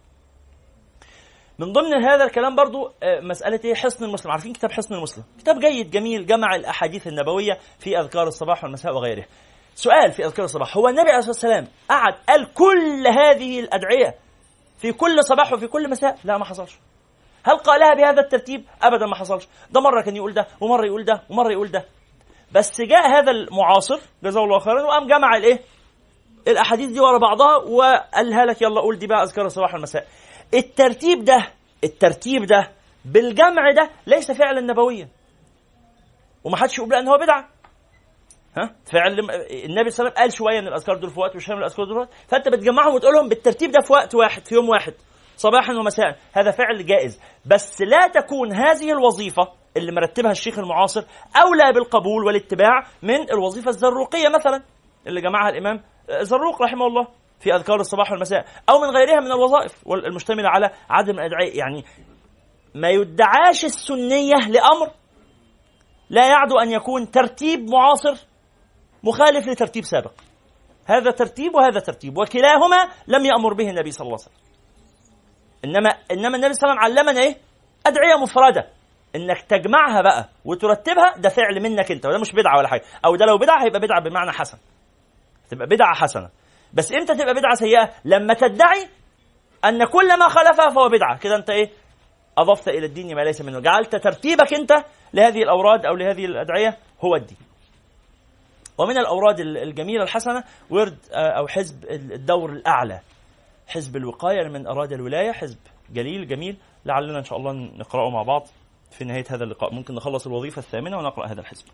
من ضمن هذا الكلام برضو مسألة حصن المسلم. عارفين كتاب حصن المسلم؟ كتاب جيد جميل، جمع الأحاديث النبوية في أذكار الصباح والمساء وغيره. سؤال في أذكار الصباح، هو النبي عليه الصلاة والسلام قعد قال كل هذه الأدعية في كل صباح وفي كل مساء؟ لا، ما حصلش. هل قالها بهذا الترتيب؟ أبدا ما حصلش. ده مرة كان يقول ده ومرة يقول ده ومرة يقول ده. بس جاء هذا المعاصر جزاه الله خيرا وقام جمع الايه الأحاديث دي ورا بعضها وقالها لك يلا قول دي بقى أذكار الصباح والمساء. الترتيب ده الترتيب ده بالجمع ده ليس فعلا نبويا، وما حدش يقول لأنه هو بدعة. ها فعل النبي صلى الله عليه وسلم قال شوية من الأذكار دول في وقت وشوية من الأذكار دول في وقت، فأنت بتجمعهم وتقولهم بالترتيب ده في وقت واحد في يوم واحد صباحا ومساء. هذا فعل جائز، بس لا تكون هذه الوظيفة اللي مرتبها الشيخ المعاصر أولى بالقبول والاتباع من الوظيفة الزروقية مثلا اللي جمعها الإمام زروق رحمه الله. في أذكار الصباح والمساء، أو من غيرها من الوظائف المشتملة على عدد من الأدعية. يعني ما يدعاش السنية لأمر لا يعدو أن يكون ترتيب معاصر مخالف لترتيب سابق. هذا ترتيب وهذا ترتيب، وكلاهما لم يأمر به النبي صلى الله عليه وسلم. إنما إنما النبي صلى الله عليه وسلم علمنا إيه؟ أدعية مفردة، إنك تجمعها بقى وترتبها، ده فعل منك أنت، وده مش بدعة ولا حاجة. أو ده لو بدعة هيبقى بدعة بمعنى حسن، تبقى بدعة حسنة. بس إمتى تبقى بدعة سيئة؟ لما تدعي أن كل ما خالفها فهو بدعة. كده أنت إيه؟ أضفت إلى الدين ما ليس منه، جعلت ترتيبك أنت لهذه الأوراد أو لهذه الأدعية هو الدين. ومن الأوراد الجميلة الحسنة ورد أو حزب الدور الأعلى، حزب الوقاية لمن أراد الولاية، حزب جليل جميل، لعلنا إن شاء الله نقرأه مع بعض في نهاية هذا اللقاء. ممكن نخلص الوظيفة الثامنة ونقرأ هذا الحزب.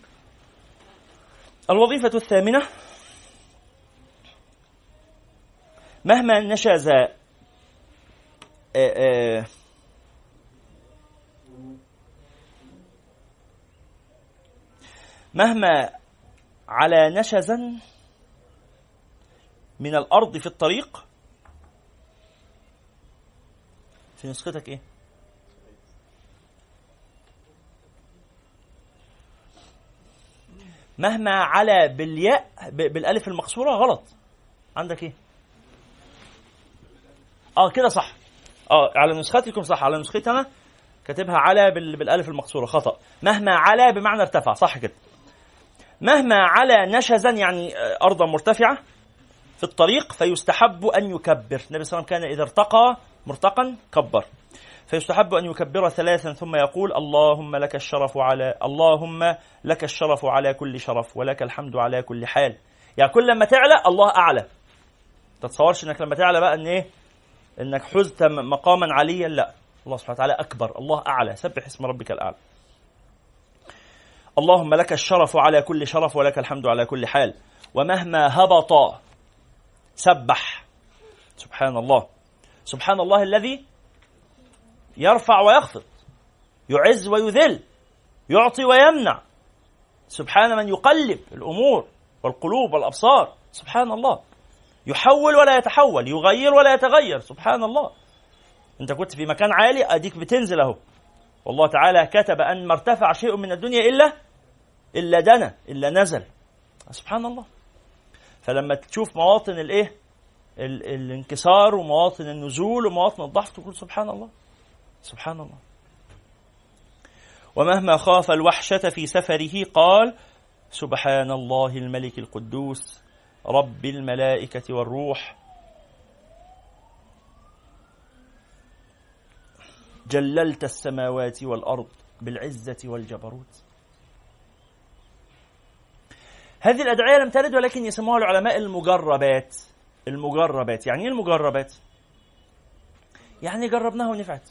الوظيفة الثامنة: مهما نشز مهما على نشزا من الأرض في الطريق. في نسختك إيه؟ مهما على بالياء بالألف المقصورة غلط. عندك إيه؟ آه كده صح. آه على نسختكم صح، على نسختي أنا كاتبها على بالألف المقصورة خطأ. مهما على بمعنى ارتفع، صح كده. مهما على نشزا يعني أرضا مرتفعة في الطريق، فيستحب أن يكبر. النبي صلى الله عليه وسلم كان إذا ارتقى مرتقا كبر، فيستحب أن يكبر ثلاثا ثم يقول: اللهم لك الشرف على اللهم لك الشرف على كل شرف، ولك الحمد على كل حال. يعني كل لما تعلى الله أعلى. تتصورش إنك لما تعلى بقى إن إيه؟ إنك حزت مقاما عليا، لا، الله سبحانه وتعالى أكبر، الله أعلى. سبح اسم ربك الأعلى. اللهم لك الشرف على كل شرف، ولك الحمد على كل حال. ومهما هبط سبح. سبحان الله، سبحان الله الذي يرفع ويخفض، يعز ويذل، يعطي ويمنع. سبحان من يقلب الأمور والقلوب والأبصار. سبحان الله، يحول ولا يتحول، يغير ولا يتغير. سبحان الله. انت كنت في مكان عالي، اديك بتنزل اهو. والله تعالى كتب ان ما ارتفع شيء من الدنيا الا الا دنا الا نزل. سبحان الله. فلما تشوف مواطن الايه ال- الانكسار ومواطن النزول ومواطن الضعف تقول سبحان الله، سبحان الله. ومهما خاف الوحشة في سفره قال: سبحان الله الملك القدوس رب الملائكة والروح، جللت السماوات والأرض بالعزة والجبروت. هذه الأدعية لم ترد، ولكن يسموها العلماء المجربات. المجربات يعني ايه المجربات؟ يعني جربناها ونفعت،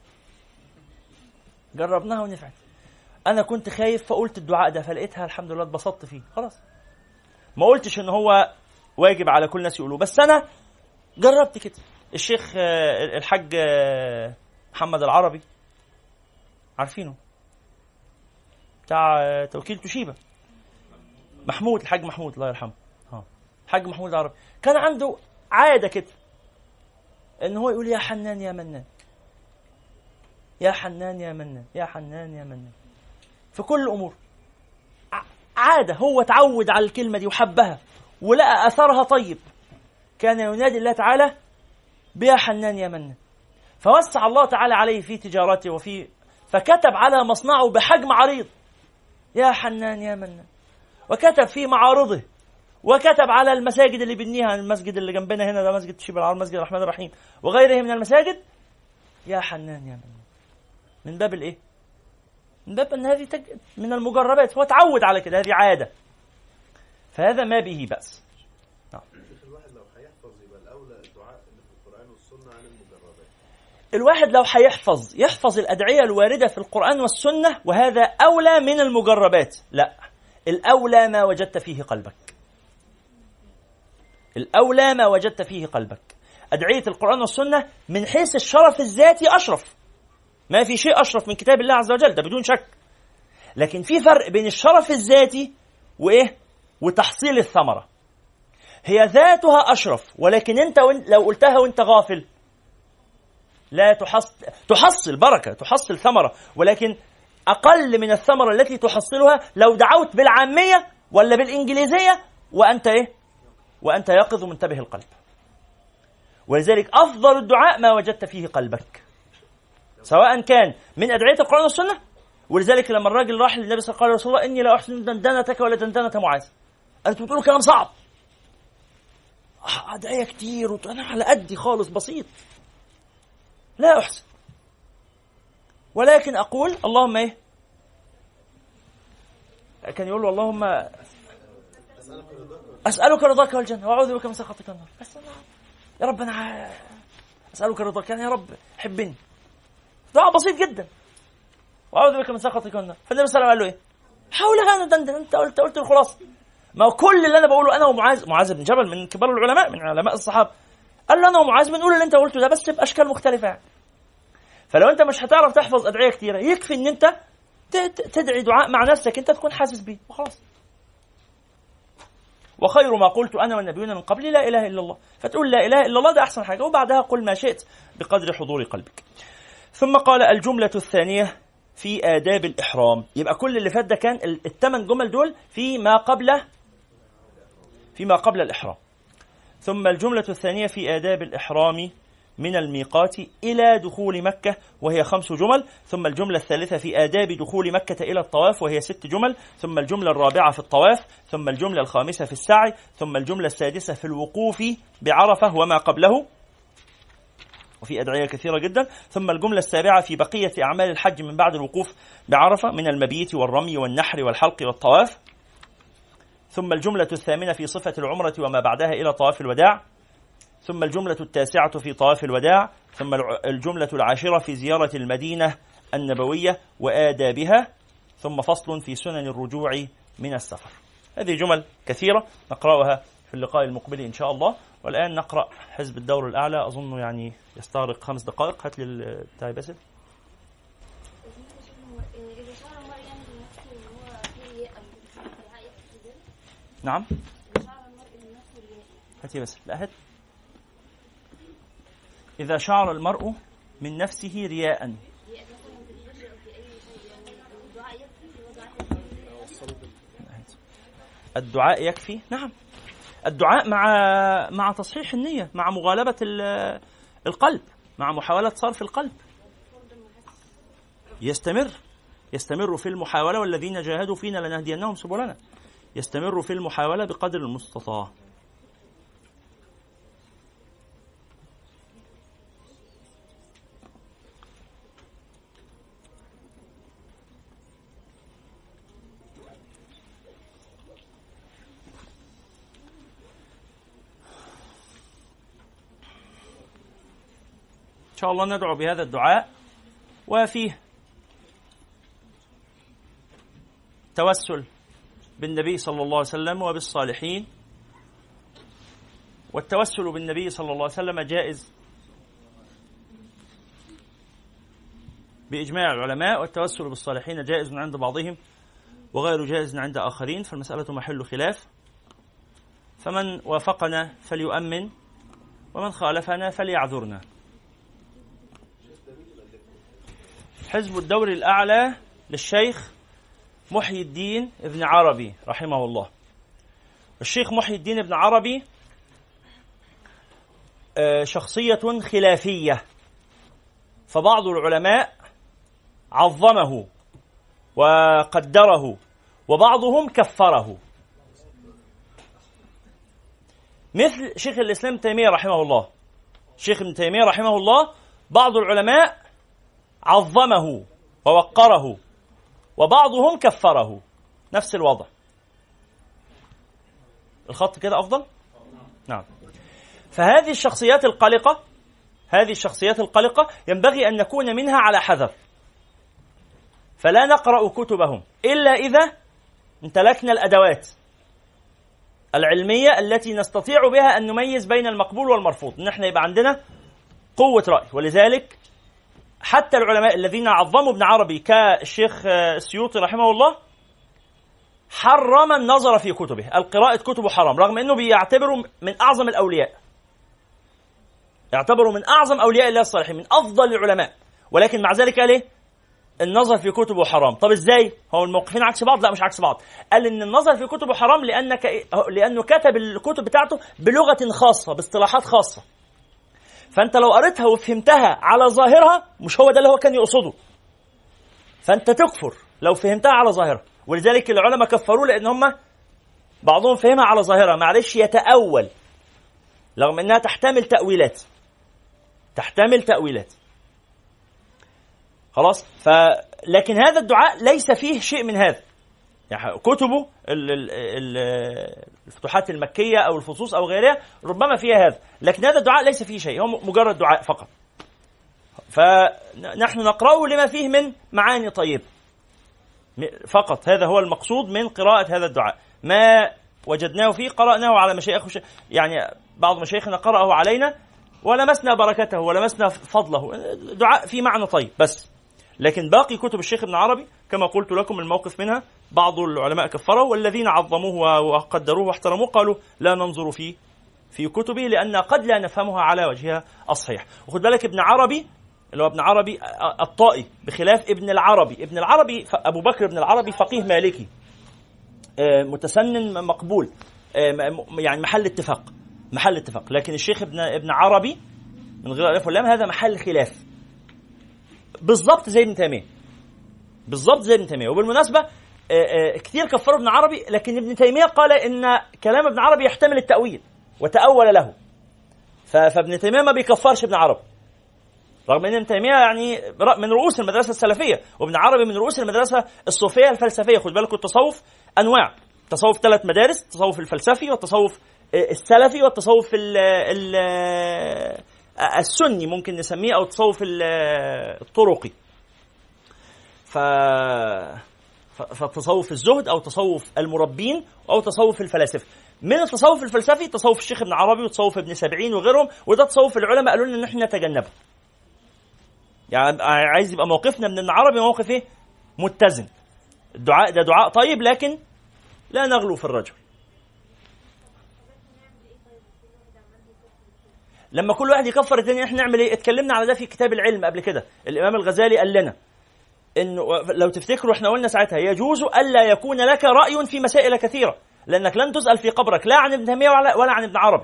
جربناها ونفعت. أنا كنت خايف فقلت الدعاء ده فلقيتها الحمد لله اتبسطت فيه، خلاص. ما قلتش إن هو واجب على كل الناس يقولوه، بس أنا جربت كده. الشيخ الحاج محمد العربي، عارفينه، بتاع توكيل توشيبا، محمود، الحاج محمود الله يرحمه، ها الحاج محمود العربي، كان عنده عادة كده إن هو يقول: يا حنان يا منان، يا حنان يا منان، يا حنان يا منان، في كل الأمور. عادة، هو تعود على الكلمة دي وحبها ولقى أثرها طيب، كان ينادي الله تعالى بيا حنان يا منان. فوسع الله تعالى عليه في تجارته وفي فكتب على مصنعه بحجم عريض يا حنان يا منان، وكتب في معارضه، وكتب على المساجد اللي بنيها، المسجد اللي جنبنا هنا ده مسجد شيب العرب، مسجد الرحمن الرحيم، وغيره من المساجد، يا حنان يا منان. من باب الايه؟ من باب ان هذه تج... من المجربات، هو تعود على كده، هذه عاده، فهذا ما به بأس. نعم. الواحد لو هيحفظ يبقى الاولى الدعاء اللي في القرآن والسنة عن المجربات. الواحد لو هيحفظ يحفظ الأدعية الواردة في القرآن والسنة، وهذا أولى من المجربات. لا، الأولى ما وجدت فيه قلبك، الأولى ما وجدت فيه قلبك. أدعية القرآن والسنة من حيث الشرف الذاتي أشرف، ما في شيء أشرف من كتاب الله عز وجل، ده بدون شك. لكن في فرق بين الشرف الذاتي وإيه؟ وتحصيل الثمرة. هي ذاتها أشرف، ولكن أنت لو قلتها وأنت غافل لا تحصل تحصل بركة، تحصل ثمرة، ولكن أقل من الثمرة التي تحصلها لو دعوت بالعامية ولا بالإنجليزية وأنت إيه؟ وأنت يقظ منتبه القلب. ولذلك أفضل الدعاء ما وجدت فيه قلبك، سواء كان من أدعية القرآن والسنة. ولذلك لما الراجل راح للنبي صلى الله عليه وسلم قال: إني لا أحسن دندنتك ولا دندنة معاذ. أنت بتقولوا كلام صعب، أدعية كتير وأنا على قدي خالص بسيط، لا أحسن، ولكن أقول اللهم إيه؟ كان يقول اللهم أسألك رضاك والجنة وأعوذ بك من سخطك النار. بس أنا يا رب أنا أسألك رضاك، يعني يا رب حبني، دعاء بسيط جدا، وأعوذ بك من سخطك النار. فالنبي صلى الله عليه وسلم قال له إيه؟ حاولها أنا دندن، أنت قلت قلت الخلاصة. ما كل اللي أنا بقوله أنا ومعاذ، معاذ بن جبل من كبار العلماء من علماء الصحابة، قال له أنا ومعاذ بنقول اللي أنت قلته ده بس بأشكال مختلفة يعني. فلو أنت مش هتعرف تحفظ أدعية كتيرة، يكفي إن أنت تدعي دعاء مع نفسك أنت تكون حاسس بيه وخلاص. وخير ما قلت أنا والنبيون من قبل لا إله إلا الله، فتقول لا إله إلا الله ده أحسن حاجة، وبعدها قل ما شئت بقدر حضور قلبك. ثم قال الجملة الثانية في آداب الإحرام. يبقى كل اللي فات ده كان الثمان جمل دول فيما قبل فيما قبل الإحرام. ثم الجملة الثانية في آداب الإحرام من الميقات إلى دخول مكة وهي خمس جمل. ثم الجملة الثالثة في آداب دخول مكة إلى الطواف وهي ست جمل. ثم الجملة الرابعة في الطواف. ثم الجملة الخامسة في السعي. ثم الجملة السادسة في الوقوف بعرفة وما قبله، وفي أدعية كثيرة جدا. ثم الجملة السابعة في بقية أعمال الحج من بعد الوقوف بعرفة من المبيت والرمي والنحر والحلق والطواف. ثم الجملة الثامنة في صفة العمرة وما بعدها إلى طواف الوداع. ثم الجملة التاسعة في طواف الوداع. ثم الجملة العاشرة في زيارة المدينة النبوية وآدابها. ثم فصل في سنن الرجوع من السفر. هذه جمل كثيرة نقرأها في اللقاء المقبل إن شاء الله. والآن نقرأ حزب الدور الأعلى، أظن يعني يستغرق خمس دقائق. هات لي التاي باسل. نعم هاتي بس. لا هات. إذا شعر المرء من نفسه رياء، الدعاء يكفي. نعم، الدعاء مع مع تصحيح النية، مع مغالبة القلب، مع محاولة صرف القلب. يستمر يستمر في المحاولة، والذين جاهدوا فينا لنهدينهم سبلنا. يستمر في المحاولة بقدر المستطاع. إن شاء الله ندعو بهذا الدعاء، وفيه توسل بالنبي صلى الله عليه وسلم وبالصالحين. والتوسل بالنبي صلى الله عليه وسلم جائز بإجماع العلماء، والتوسل بالصالحين جائز عند بعضهم وغير جائز عند آخرين، فالمسألة محل خلاف. فمن وافقنا فليؤمن، ومن خالفنا فليعذرنا. حزب الدور الأعلى للشيخ محي الدين ابن عربي رحمه الله. الشيخ محي الدين ابن عربي شخصية خلافية، فبعض العلماء عظمه وقدره، وبعضهم كفره، مثل شيخ الإسلام تيمية رحمه الله. شيخ ابن تيمية رحمه الله بعض العلماء عظمه ووقره، وبعضهم كفره. نفس الوضع. الخط كده أفضل؟ نعم. فهذه الشخصيات القلقة هذه الشخصيات القلقة ينبغي أن نكون منها على حذر، فلا نقرأ كتبهم إلا إذا امتلكنا الأدوات العلمية التي نستطيع بها أن نميز بين المقبول والمرفوض، نحن يبقى عندنا قوة رأي. ولذلك حتى العلماء الذين عظموا ابن عربي كالشيخ السيوطي رحمه الله حرم النظر في كتبه، القراءة كتبه حرام، رغم أنه بيعتبره من أعظم الأولياء، يعتبره من أعظم أولياء الله الصالحين، من أفضل العلماء، ولكن مع ذلك قال إيه؟ النظر في كتبه حرام. طب إزاي؟ هو الموقفين عكس بعض؟ لا، مش عكس بعض. قال إن النظر في كتبه حرام لأنك لأنه كتب الكتب بتاعته بلغة خاصة، باصطلاحات خاصة، فأنت لو قريتها وفهمتها على ظاهرها مش هو ده اللي هو كان يقصده، فأنت تكفر لو فهمتها على ظاهرها. ولذلك العلماء كفروه لأن هم بعضهم فهمها على ظاهرها، معلش يتأول، رغم أنها تحتمل تأويلات، تحتمل تأويلات خلاص. ف لكن هذا الدعاء ليس فيه شيء من هذا، يعني كتبه الفتوحات المكية أو الفصوص أو غيرها ربما فيها هذا، لكن هذا الدعاء ليس فيه شيء، هو مجرد دعاء فقط. فنحن نقرأه لما فيه من معاني طيبة فقط، هذا هو المقصود من قراءة هذا الدعاء. ما وجدناه فيه قرأناه على مشايخ، يعني بعض مشايخنا قرأه علينا ولمسنا بركته ولمسنا فضله، دعاء في معنى طيب بس. لكن باقي كتب الشيخ ابن عربي كما قلت لكم الموقف منها، بعض العلماء كفروا، والذين عظموه وقدروه واحترموه قالوا لا ننظر فيه في كتبه لأن قد لا نفهمها على وجهها الصحيح. وخد بالك ابن عربي اللي هو ابن عربي الطائي بخلاف ابن العربي. ابن العربي أبو بكر ابن العربي فقيه مالكي متسنن مقبول، يعني محل اتفاق، محل اتفاق. لكن الشيخ ابن ابن عربي من غير ألف ولام هذا محل خلاف، بالضبط زي ابن تيمية، بالضبط زي ابن تيمية. وبالمناسبة كثير كفروا ابن عربي، لكن ابن تيمية قال إن كلام ابن عربي يحتمل التأويل وتأول له، فابن تيمية ما بيكفرش ابن عربي، رغم ان ابن تيمية يعني من رؤوس المدرسة السلفية، وابن عربي من رؤوس المدرسة الصوفية الفلسفية. خد بالكم التصوف أنواع، تصوف ثلاث مدارس، التصوف الفلسفي والتصوف السلفي والتصوف السني ممكن نسميه، أو التصوف الطرقي. ف فتصوف الزهد أو تصوف المربين أو تصوف الفلاسفة. من التصوف الفلسفي تصوف الشيخ ابن عربي وتصوف ابن سبعين وغيرهم، وده تصوف العلماء قالوا لنا ان احنا نتجنبه. يعني عايز يبقى موقفنا من ابن عربي موقف ايه؟ متزن. الدعاء ده دعاء طيب، لكن لا نغلو في الرجل. لما كل واحد يكفر الدنيا احنا نعمل ايه؟ اتكلمنا على ده في كتاب العلم قبل كده. الامام الغزالي قال لنا انه لو تفتكروا احنا قلنا ساعتها يجوز الا يكون لك راي في مسائل كثيره، لانك لن تسال في قبرك لا عن ابن تيميه ولا عن ابن عربي،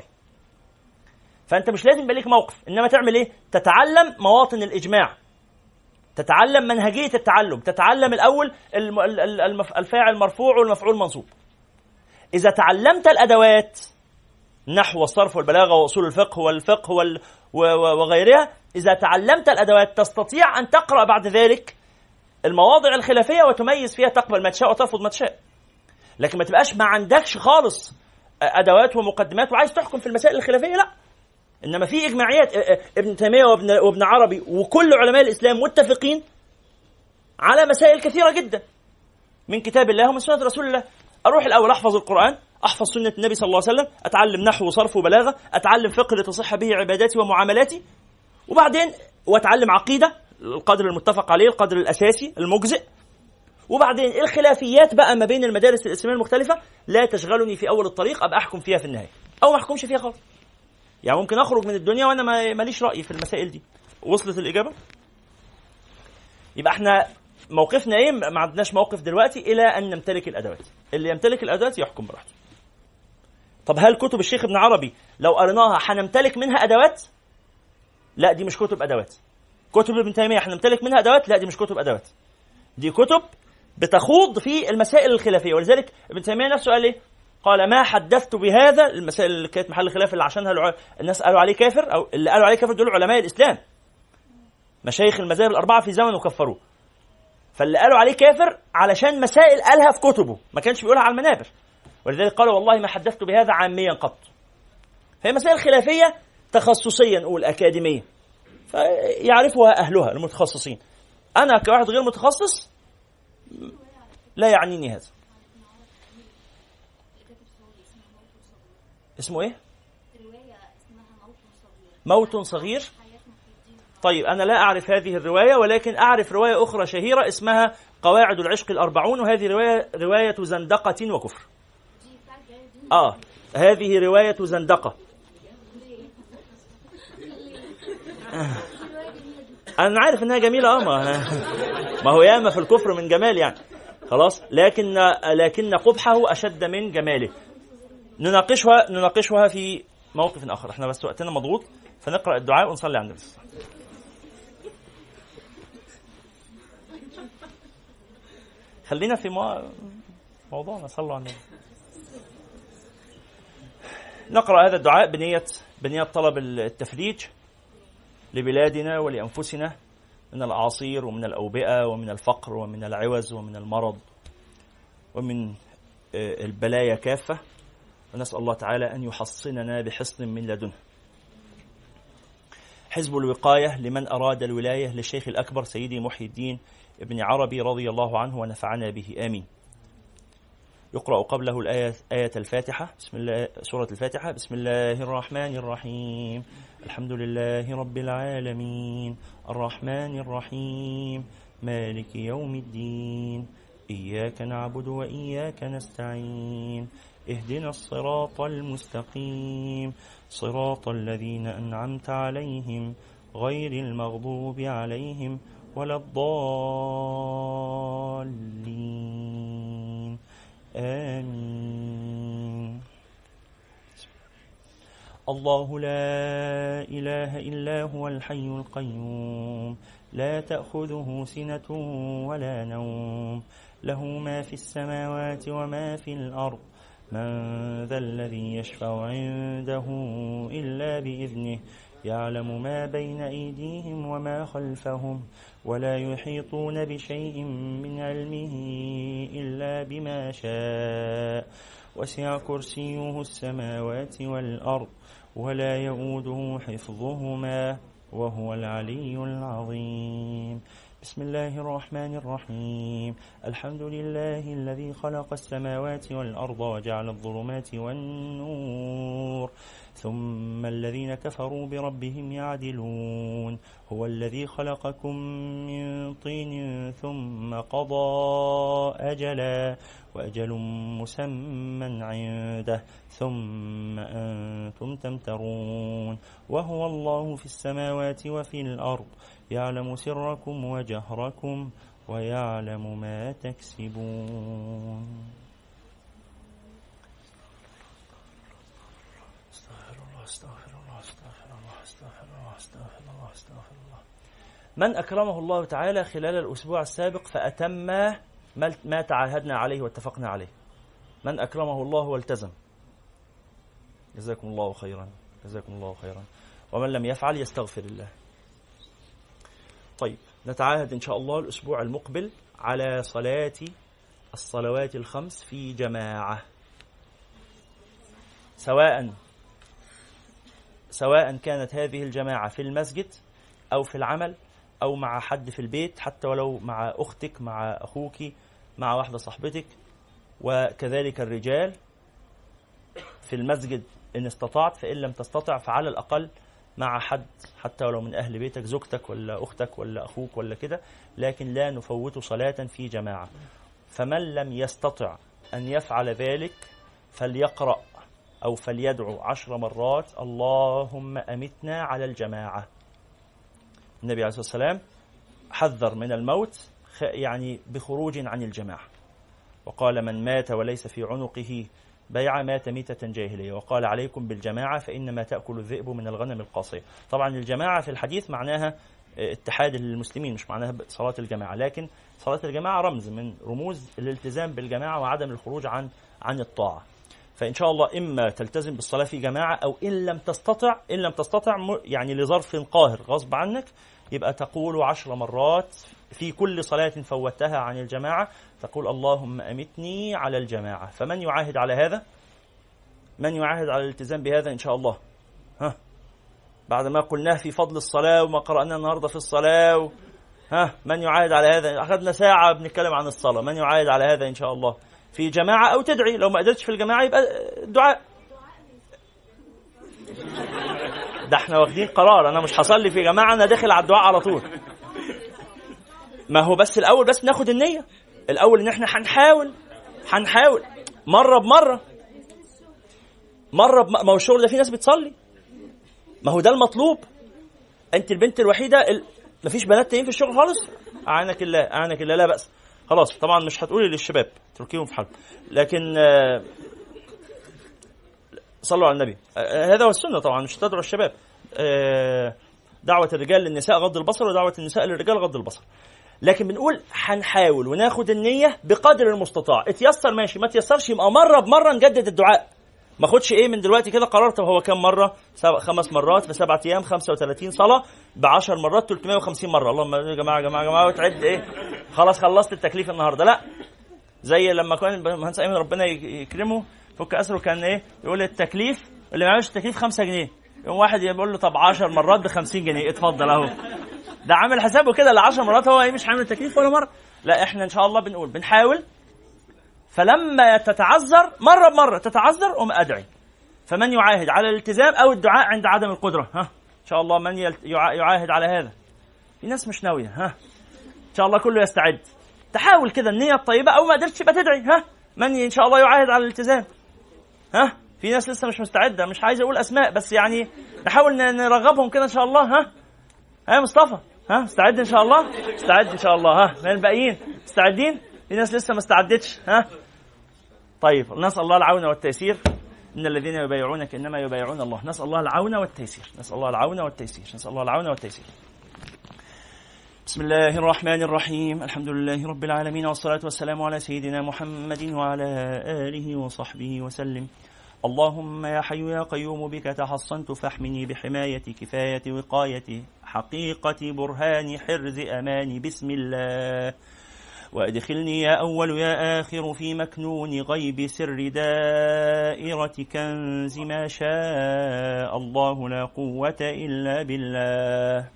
فانت مش لازم يبقى ليك موقف، انما تعمل ايه؟ تتعلم مواطن الاجماع، تتعلم منهجيه التعلم، تتعلم الاول الفاعل مرفوع والمفعول منصوب. اذا تعلمت الادوات نحو والصرف والبلاغه واصول الفقه والفقه وال... وغيرها، اذا تعلمت الادوات تستطيع ان تقرا بعد ذلك المواضع الخلافيه وتميز فيها، تقبل ما تشاء وترفض ما تشاء. لكن ما تبقاش ما عندكش خالص ادوات ومقدمات وعايز تحكم في المسائل الخلافيه، لا. انما في اجماعيات، ابن تيميه وابن وابن عربي وكل علماء الاسلام متفقين على مسائل كثيره جدا من كتاب الله ومن سنه رسول الله. اروح الاول احفظ القران، احفظ سنه النبي صلى الله عليه وسلم، اتعلم نحو وصرف وبلاغه، اتعلم فقه لتصح به عباداتي ومعاملاتي، وبعدين واتعلم عقيده القدر المتفق عليه، القدر الاساسي المجزئ. وبعدين الخلافيات بقى ما بين المدارس الاسلاميه المختلفه لا تشغلني في اول الطريق، ابقى احكم فيها في النهايه او ما احكمش فيها خالص. يعني ممكن اخرج من الدنيا وانا ماليش راي في المسائل دي. وصلت الاجابه؟ يبقى احنا موقفنا ايه؟ ما عندناش موقف دلوقتي الى ان نمتلك الادوات. اللي يمتلك الادوات يحكم براحته. طب هل كتب الشيخ ابن عربي لو قريناها حنمتلك منها ادوات؟ لا، دي مش كتب ادوات. كتب ابن تيميه حنمتلك منها ادوات؟ لا، دي مش كتب ادوات، دي كتب بتخوض في المسائل الخلافيه. ولذلك ابن تيميه نفسه قال ايه؟ قال ما حدثت بهذا المسائل اللي كانت محل خلاف، اللي عشانها الع... الناس قالوا عليه كافر، او اللي قالوا عليه كافر دول علماء الاسلام، مشايخ المذاهب الاربعه في زمن وكفروه. فاللي قالوا عليه كافر علشان مسائل قالها في كتبه ما كانش بيقولها على المنابر. ولذلك قال والله ما حدثت بهذا عاميا قط. فهي مسائل خلافيه تخصصيا نقول اكاديميه، فيعرفها اهلها المتخصصين. انا كواحد غير متخصص لا يعنيني هذا. اسمه ايه؟ موت صغير. طيب أنا لا أعرف هذه الرواية، ولكن أعرف رواية أخرى شهيرة اسمها قواعد العشق الأربعون، وهذه رواية رواية زندقة وكفر. آه هذه رواية زندقة. أنا عارف إنها جميلة، آه ما, ما هو ياما في الكفر من جمال يعني، خلاص، لكن لكن قبحه أشد من جماله. نناقشها نناقشها في موقف آخر، احنا بس وقتنا مضغوط، فنقرأ الدعاء ونصلي على النبي. خلينا في موضوعنا، صلوا على النبي. نقرأ هذا الدعاء بنية بنية طلب التفريج لبلادنا ولأنفسنا من الأعاصير ومن الأوبئة ومن الفقر ومن العوز ومن المرض ومن البلايا كافة، ونسأل الله تعالى أن يحصننا بحصن من لدنه. حزب الوقاية لمن أراد الولاية للشيخ الأكبر سيدي محي الدين ابن عربي رضي الله عنه ونفعنا به، آمين. يقرأ قبله الآية آية الفاتحة، بسم الله، سورة الفاتحة. بسم الله الرحمن الرحيم، الحمد لله رب العالمين، الرحمن الرحيم، مالك يوم الدين، إياك نعبد وإياك نستعين، اهدنا الصراط المستقيم، صراط الذين أنعمت عليهم غير المغضوب عليهم ولا الضالين، آمين. الله لا إله إلا هو الحي القيوم، لا تأخذه سنة ولا نوم، له ما في السماوات وما في الأرض، من ذا الذي يشفع عنده إلا بإذنه، يعلم ما بين أيديهم وما خلفهم، ولا يحيطون بشيء من علمه إلا بما شاء، وسع كرسيه السماوات والأرض، ولا يؤوده حفظهما، وهو العلي العظيم. بسم الله الرحمن الرحيم، الحمد لله الذي خلق السماوات والأرض وجعل الظلمات والنور، ثم الذين كفروا بربهم يعدلون، هو الذي خلقكم من طين ثم قضى أجلا، وأجل مسمى عنده، ثم أنتم تمترون، وهو الله في السماوات وفي الأرض، يعلم سركم وجهركم ويعلم ما تكسبون. استغفر الله استغفر الله استغفر الله استغفر الله استغفر الله استغفر الله. من أكرمه الله تعالى خلال الأسبوع السابق فأتم ما تعاهدنا عليه واتفقنا عليه، من أكرمه الله والتزم، جزاكم الله خيرا، جزاكم الله خيرا. ومن لم يفعل يستغفر الله. طيب، نتعاهد إن شاء الله الأسبوع المقبل على صلاة الصلوات الخمس في جماعة، سواء سواء كانت هذه الجماعة في المسجد أو في العمل أو مع حد في البيت، حتى ولو مع أختك، مع أخوك، مع واحدة صاحبتك. وكذلك الرجال في المسجد إن استطعت، فإن لم تستطع فعلى الأقل مع حد، حتى ولو من أهل بيتك، زوجتك ولا أختك ولا أخوك ولا كده، لكن لا نفوت صلاة في جماعة. فمن لم يستطع أن يفعل ذلك فليقرأ أو فليدعو عشر مرات اللهم أمتنا على الجماعة. النبي عليه الصلاة والسلام حذر من الموت يعني بخروج عن الجماعة، وقال من مات وليس في عنقه بيعة مات ميتة جاهلية، وقال عليكم بالجماعة فإنما تأكل الذئب من الغنم القاصية. طبعا الجماعة في الحديث معناها اتحاد المسلمين، مش معناها صلاة الجماعة، لكن صلاة الجماعة رمز من رموز الالتزام بالجماعة وعدم الخروج عن عن الطاعة. فإن شاء الله إما تلتزم بالصلاة في جماعة، أو إن لم تستطع إن لم تستطع يعني لظرف قاهر غصب عنك، يبقى تقول عشر مرات في كل صلاة فوتها عن الجماعة، تقول اللهم أمتني على الجماعة. فمن يعاهد على هذا؟ من يعاهد على الالتزام بهذا إن شاء الله؟ ها، بعد ما قلناه في فضل الصلاة وما قرأنا النهاردة في الصلاة و... ها، من يعاهد على هذا؟ أخذنا ساعة بنتكلم عن الصلاة. من يعاهد على هذا إن شاء الله في جماعة، أو تدعي لو ما قدرتش في الجماعة يبقى الدعاء. ده احنا واخدين قرار، أنا مش هصلي في جماعة، أنا داخل على الدعاء على طول. ما هو بس الأول بس ناخد النية الأول إن إحنا هنحاول هنحاول مرة بمرة مرة بم... ما هو الشغل ده في ناس بتصلي، ما هو ده المطلوب. أنت البنت الوحيدة ال... ما فيش بنات تانيين في الشغل خالص، أعانك الله أعانك الله، لا بأس خلاص. طبعا مش هتقولي للشباب تركيهم في حال، لكن آه... صلوا على النبي. آه... هذا هو السنة طبعا، مش تدعو الشباب. آه... دعوة الرجال للنساء غض البصر، ودعوة النساء للرجال غض البصر. لكن بنقول هنحاول وناخد النية بقدر المستطاع. اتيسر ماشي، ما تيسرش يبقى مرة بمرة نجدد الدعاء. ما خدش ايه من دلوقتي كده قررت هو كم مرة، خمس مرات في سبعة ايام، خمسة وثلاثين صلاة بعشر مرات، ثلاثمائة وخمسين مرة. اللهم يا جماعة يا جماعة يا جماعة وتعد ايه خلاص خلصت التكليف النهاردة. لا، زي لما كان المهندس ايمن ربنا يكرمه فك اسره كان ايه يقول التكليف اللي ما يعملش التكليف خمسة جنيه، يوم واحد يقول له طب عشر مرات بخمسين جنيه اتفضل اهو. ده عامل حسابه كده العشر مرات، هو مش عامل تكليف ولا مرة. لا، احنا ان شاء الله بنقول بنحاول، فلما تتعذر مرة بمرة تتعذر قم ادعي. فمن يعاهد على الالتزام او الدعاء عند عدم القدرة، ها ان شاء الله من يعاهد على هذا. في ناس مش ناوية، ها ان شاء الله كله يستعد. تحاول كده النية الطيبة، او ما قدرتش يبقى تدعي، ها من ان شاء الله يعاهد على الالتزام. ها في ناس لسه مش مستعدة، مش عايز اقول اسماء بس يعني نحاول نرغبهم كده ان شاء الله. ها ها مصطفى، ها استعد ان شاء الله، استعد ان شاء الله. ها من الباقيين مستعدين؟ في ناس لسه ما استعدتش. ها طيب نسأل الله العون والتيسير. إن الذين يبايعونك إنما يبايعون الله. نسأل الله العون والتيسير، نسأل الله العون والتيسير، نسأل الله العون والتيسير. بسم الله الرحمن الرحيم. الحمد لله رب العالمين، والصلاة والسلام على سيدنا محمد وعلى آله وصحبه وسلم. اللهم يا حي يا قيوم بك تحصنت فاحمني بحماية كفاية وقاية حقيقة برهان حرز أماني. بسم الله. وأدخلني يا أول يا آخر في مكنون غيب سر دائرة كنز ما شاء الله لا قوة إلا بالله.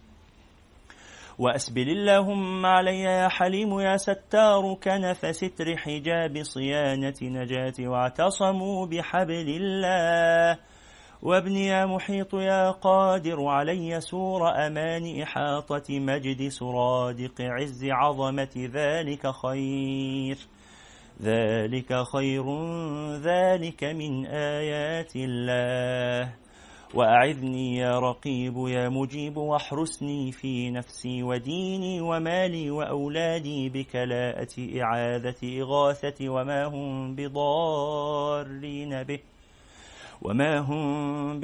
وأسبل اللهم علي يا حليم يا ستار كنف ستر حجاب صيانة نجاتي. واعتصموا بحبل الله. وابني يا محيط يا قادر علي سور أمان إحاطة مجد سرادق عز عظمة. ذلك خير ذلك خير ذلك من آيات الله. وأعذني يا رقيب يا مجيب واحرسني في نفسي وديني ومالي وأولادي بكلاءة إعاذة إغاثة. وما هم بضارين به وما هم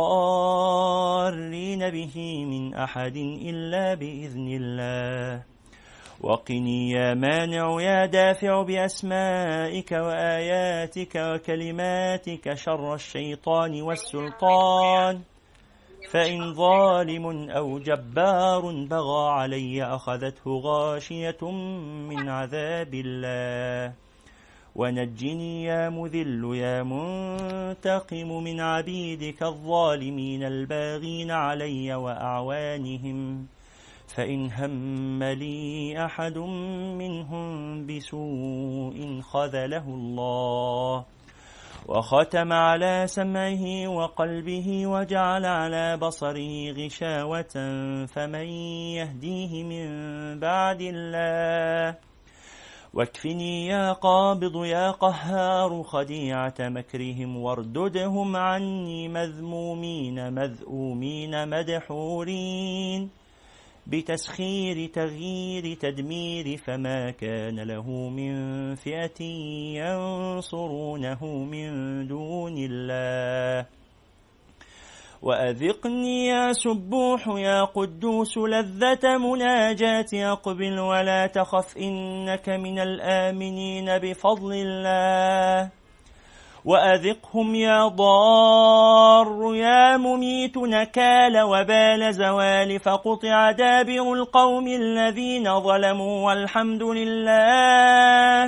بضارين به من أحد إلا بإذن الله. وقني يا مانع يا دافع بأسمائك وآياتك وكلماتك شر الشيطان والسلطان. فإن ظالم أو جبار بغى علي أخذته غاشية من عذاب الله. ونجني يا مذل يا منتقم من عبيدك الظالمين الباغين علي وأعوانهم. فإن هم لي أحد منهم بسوء خذله الله. وختم على سمعه وقلبه وجعل على بصره غشاوة. فمن يهديه من بعد الله. واكفني يا قابض يا قهار خديعة مكرهم وارددهم عني مذمومين مذؤومين مدحورين. بتسخير تغيير تدمير فما كان له من فئة ينصرونه من دون الله. وأذقني يا سبوح يا قدوس لذة مناجات. أقبل ولا تخف إنك من الآمنين بفضل الله. وأذقهم يا ضار يا مميت نكال وبال زوال. فقطع دابر القوم الذين ظلموا والحمد لله.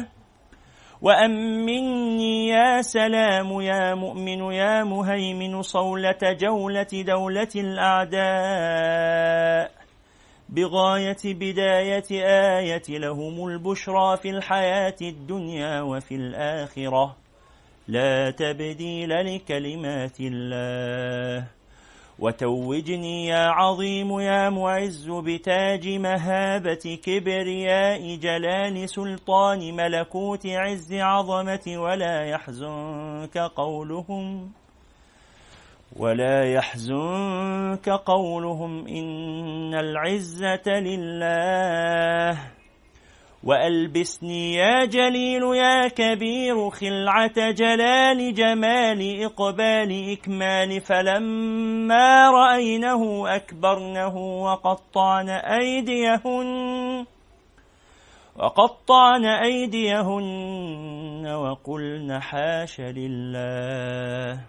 وأمني يا سلام يا مؤمن يا مهيمن صولة جولة دولة الأعداء. بغاية بداية آية لهم البشرى في الحياة الدنيا وفي الآخرة. لا تبديل لكلمات الله. وتوجني يا عظيم يا معز بتاج مهابة كبرياء جلال سلطان ملكوت عز عظمة ولا يحزنك قولهم ولا يحزنك قولهم إن العزة لله. وألبسني يا جليل يا كبير خلعة جلال جمال إقبال إكمال فلما رأينه أكبرنه وقطعن أيديهن وقطعن أيديهن وقلن حاش لله.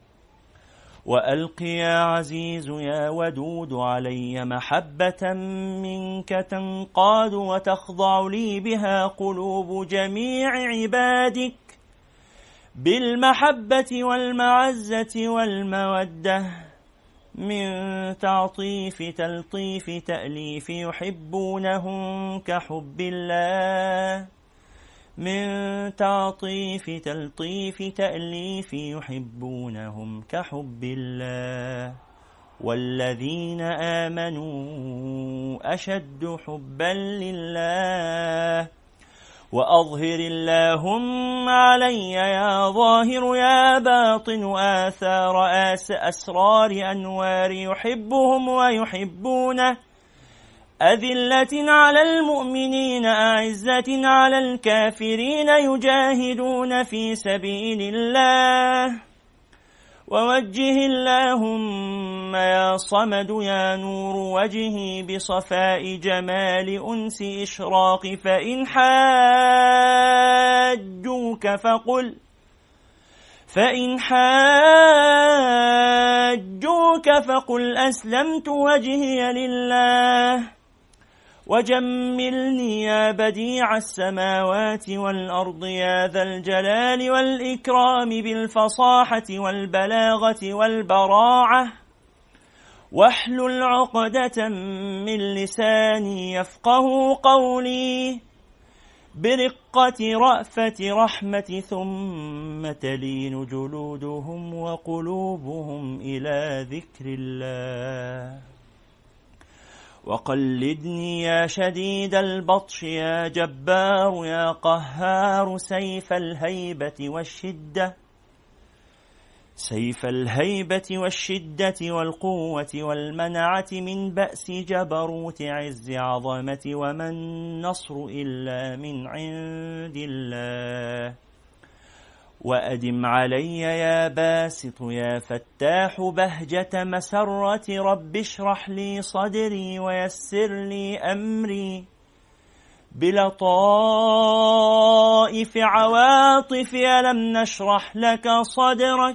وألق يا عزيز يا ودود علي محبة منك تنقاد وتخضع لي بها قلوب جميع عبادك بالمحبة والمعزة والمودة من تعطيف تلطيف تأليف يحبونهم كحب الله من تعطيف تلطيف تأليف يحبونهم كحب الله. والذين آمنوا أشد حبا لله. وأظهر اللهم علي يا ظاهر يا باطن آثار آس أسرار أنوار يحبهم ويحبونه أذلة على المؤمنين أعزة على الكافرين يجاهدون في سبيل الله. ووجه اللهم يا صمد يا نور وجهي بصفاء جمال أنس إشراق فإن حاجوك فقل فإن حاجوك فقل أسلمت وجهي لله. وجملني يا بديع السماوات والأرض يا ذا الجلال والإكرام بالفصاحة والبلاغة والبراعة واحلل عقدة من لساني يفقه قولي برقة رأفة رحمة ثم تلين جلودهم وقلوبهم إلى ذكر الله. وقلدني يا شديد البطش يا جبار يا قهار سيف الهيبة والشدة سيف الهيبة والشدة والقوة والمنعة من بأس جبروت عز عظمة وما النصر إلا من عند الله. وأدم علي يا باسط يا فتاح بهجة مسرة رب اشرح لي صدري ويسر لي أمري بلطائف عواطف ألم نشرح لك صدرك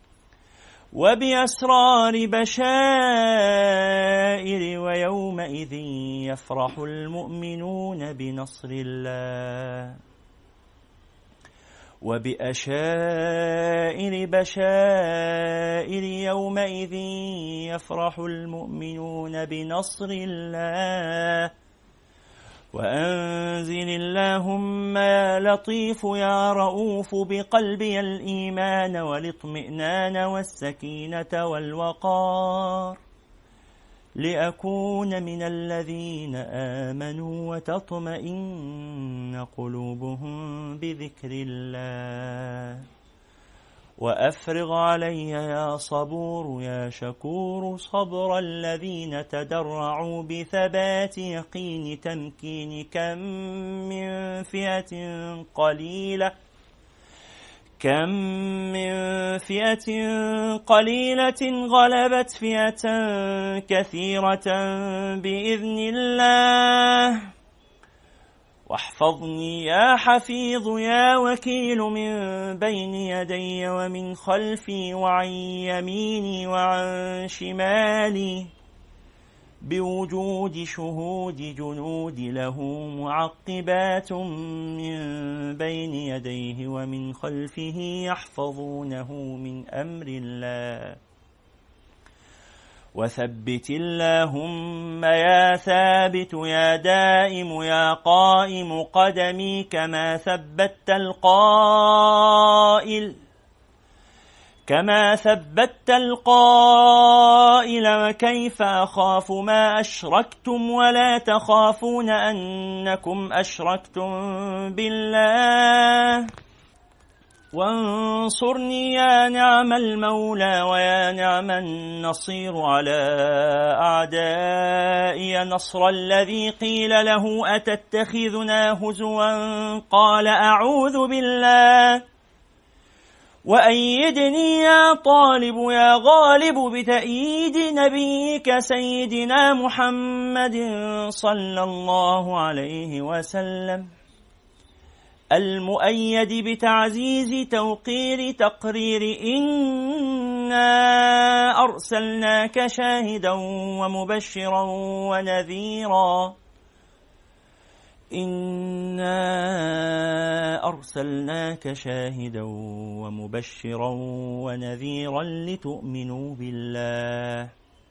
وبأسرار بشائر ويومئذ يفرح المؤمنون بنصر الله وبأشائر بشائر يومئذ يفرح المؤمنون بنصر الله. وأنزل اللهم يا لطيف يا رؤوف بقلبي الإيمان والاطمئنان والسكينة والوقار لأكون من الذين آمنوا وتطمئن قلوبهم بذكر الله. وأفرغ علي يا صبور يا شكور صبر الذين تدرعوا بثبات يقين تمكين كم من فئة قليلة كم من فئة قليلة غلبت فئة كثيرة بإذن الله. واحفظني يا حفيظ يا وكيل من بين يدي ومن خلفي وعن يميني وعن شمالي بوجود شهود جنود له معقبات من بين يديه ومن خلفه يحفظونه من أمر الله. وثبت اللهم يا ثابت يا دائم يا قائم قدمي كما ثبت القائل كما ثبت القائل وكيف أخاف ما أشركتم ولا تخافون أنكم أشركتم بالله وانصرني يا نعم المولى ويا نعم النصير على أعدائي نصر الذي قيل له أتتخذنا هزوا قال أعوذ بالله وأيدني يا طالب يا غالب بتأييد نبيك سيدنا محمد صلى الله عليه وسلم المؤيد بتعزيز توقير تقرير إنا أرسلناك شاهدا ومبشرا ونذيرا إنا أرسلناك شاهدا ومبشرا ونذيرا لتؤمنوا بالله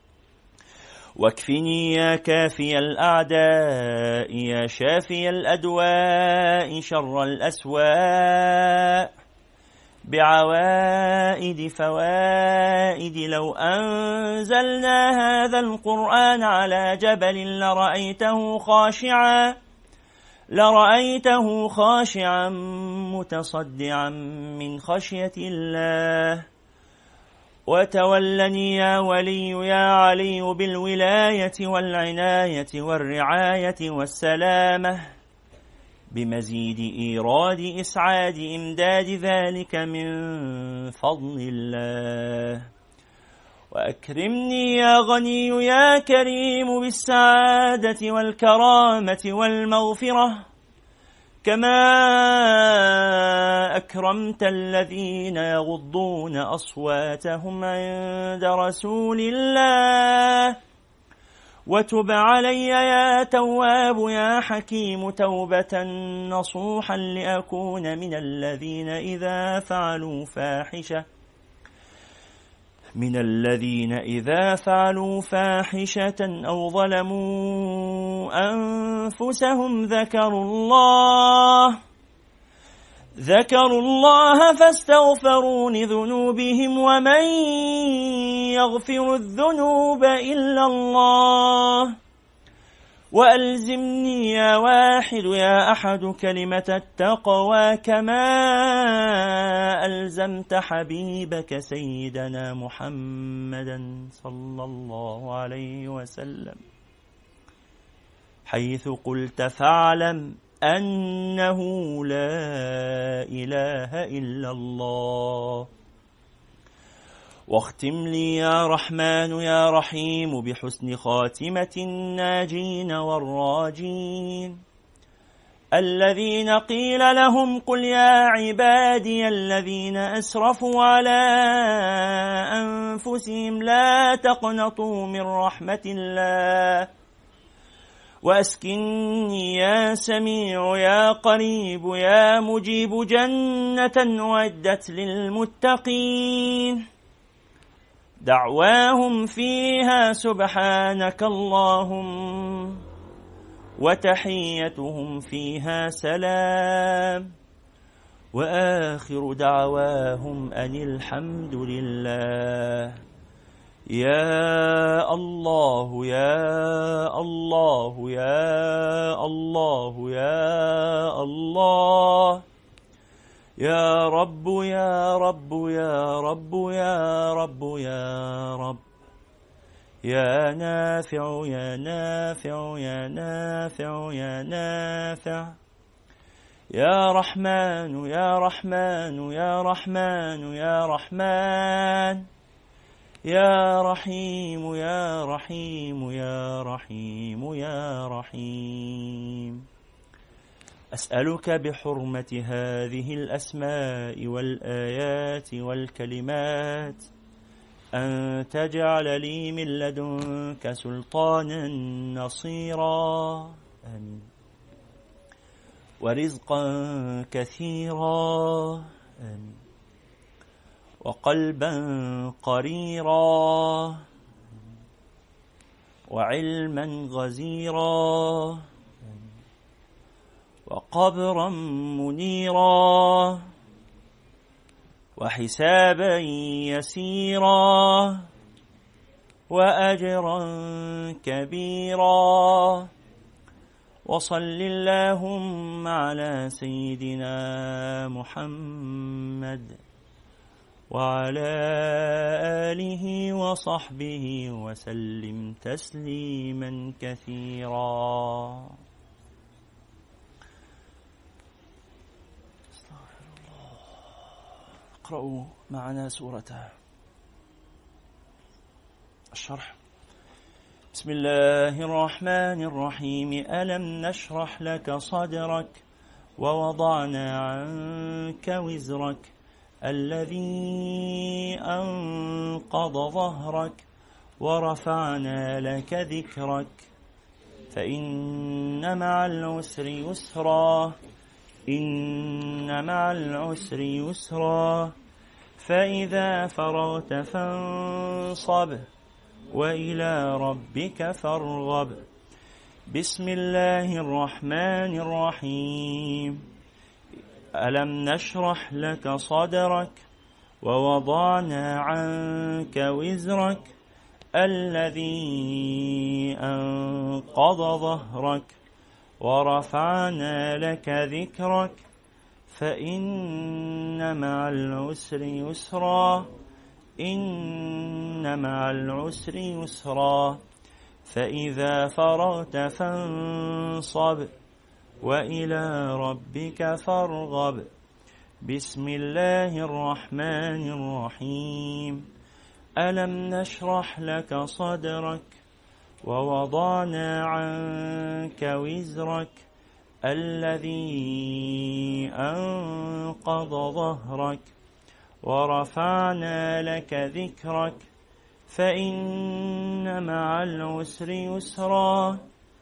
واكفني يا كافي الأعداء يا شافي الأدواء شر الأسواء بعوائد فوائد لو أنزلنا هذا القرآن على جبل لرأيته خاشعا لرأيته خاشعا متصدعا من خشية الله وتولني يا ولي يا علي بالولاية والعناية والرعاية والسلامة بمزيد إيراد إسعاد إمداد ذلك من فضل الله وأكرمني يا غني يا كريم بالسعادة والكرامة والمغفرة كما أكرمت الذين يغضون أصواتهم عند رسول الله وتب علي يا تواب يا حكيم توبة نصوحا لأكون من الذين إذا فعلوا فاحشة من الذين إذا فعلوا فاحشة أو ظلموا أنفسهم ذكروا الله ذكروا الله فاستغفروا لذنوبهم ومن يغفر الذنوب إلا الله وألزمني يا واحد يا أحد كلمة التقوى كما ألزمت حبيبك سيدنا محمدا صلى الله عليه وسلم حيث قلت فاعلم أنه لا إله إلا الله واختم لي يا رحمن يا رحيم بحسن خاتمة الناجين والراجين الذين قيل لهم قل يا عبادي الذين أسرفوا على أنفسهم لا تقنطوا من رحمة الله وأسكني يا سميع يا قريب يا مجيب جنة أعدت للمتقين دعواهم فيها سبحانك اللهم وتحيتهم فيها سلام وآخر دعواهم أن الحمد لله يا الله يا الله يا الله يا الله يا رب يا رب يا رب يا رب يا رب يا نافع يا نافع يا نافع يا نافع يا رحمن يا رحمن يا رحمن يا رحمن يا رحيم يا رحيم يا رحيم يا رحيم أسألك بحرمة هذه الأسماء والآيات والكلمات أن تجعل لي من لدنك سلطانا نصيرا آمين ورزقا كثيرا آمين وقلبا قريرا وعلما غزيرا وقبرا منيرا وحسابا يسيرا وأجرا كبيرا. وصل اللهم على سيدنا محمد وعلى آله وصحبه وسلم تسليما كثيرا. استغفر الله. اقرأوا معنا سورة الشرح. بسم الله الرحمن الرحيم. ألم نشرح لك صدرك ووضعنا عنك وزرك الذي أنقض ظهرك ورفعنا لك ذكرك فإن مع العسر يسرا إن مع العسر يسرا فإذا فرغت فانصب وإلى ربك فارغب. بسم الله الرحمن الرحيم. ألم نشرح لك صدرك ووضعنا عنك وزرك الذي أنقض ظهرك ورفعنا لك ذكرك فإن مع العسر يسرا إن مع العسر يسرا فإذا فرغت فانصب وإلى ربك فارغب. بسم الله الرحمن الرحيم. ألم نشرح لك صدرك ووضعنا عنك وزرك الذي أنقض ظهرك ورفعنا لك ذكرك فإن مع العسر يسرا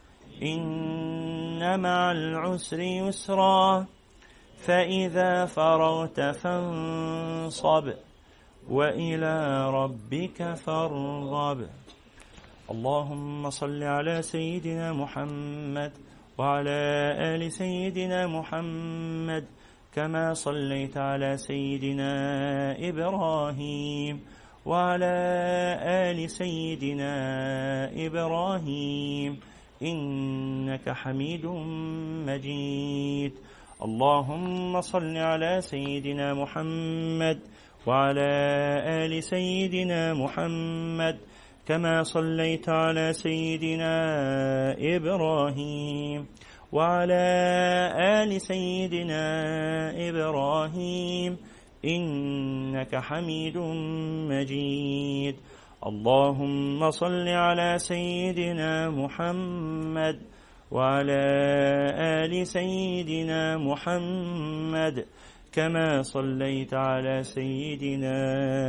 إن مع العسر يسرا فإذا فرغت فانصب وإلى ربك فارغب. اللهم صل على سيدنا محمد وعلى آل سيدنا محمد كما صليت على سيدنا إبراهيم وعلى آل سيدنا إبراهيم إنك حميد مجيد. اللهم صل على سيدنا محمد وعلى آل سيدنا محمد كما صليت على سيدنا إبراهيم وعلى آل سيدنا إبراهيم إنك حميد مجيد. اللهم صل على سيدنا محمد وعلى آل سيدنا محمد كما صليت على سيدنا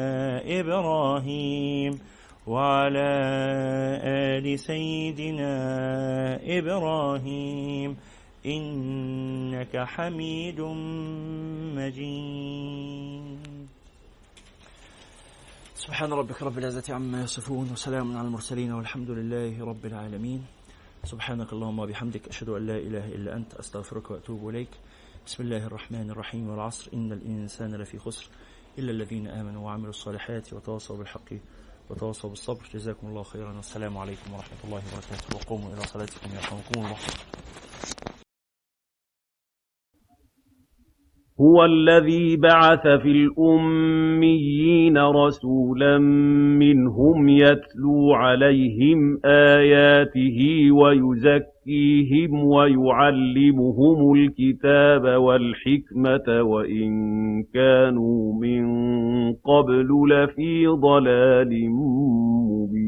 إبراهيم وعلى آل سيدنا إبراهيم إنك حميد مجيد. سبحان ربك رب العزة عما يصفون وسلام على المرسلين والحمد لله رب العالمين. سبحانك اللهم وبحمدك أشهد أن لا إله إلا أنت أستغفرك وأتوب إليك. بسم الله الرحمن الرحيم. والعصر إن الإنسان لفي خسر إلا الذين آمنوا وعملوا الصالحات وتواصوا بالحق وتواصوا بالصبر. جزاكم الله خيرا والسلام عليكم ورحمة الله وبركاته وقوموا إلى صلاتكم يرحمكم الله. هو الذي بعث في الأميين رسولا منهم يتلو عليهم آياته ويزكيهم ويعلمهم الكتاب والحكمة وإن كانوا من قبل لفي ضلال مبين.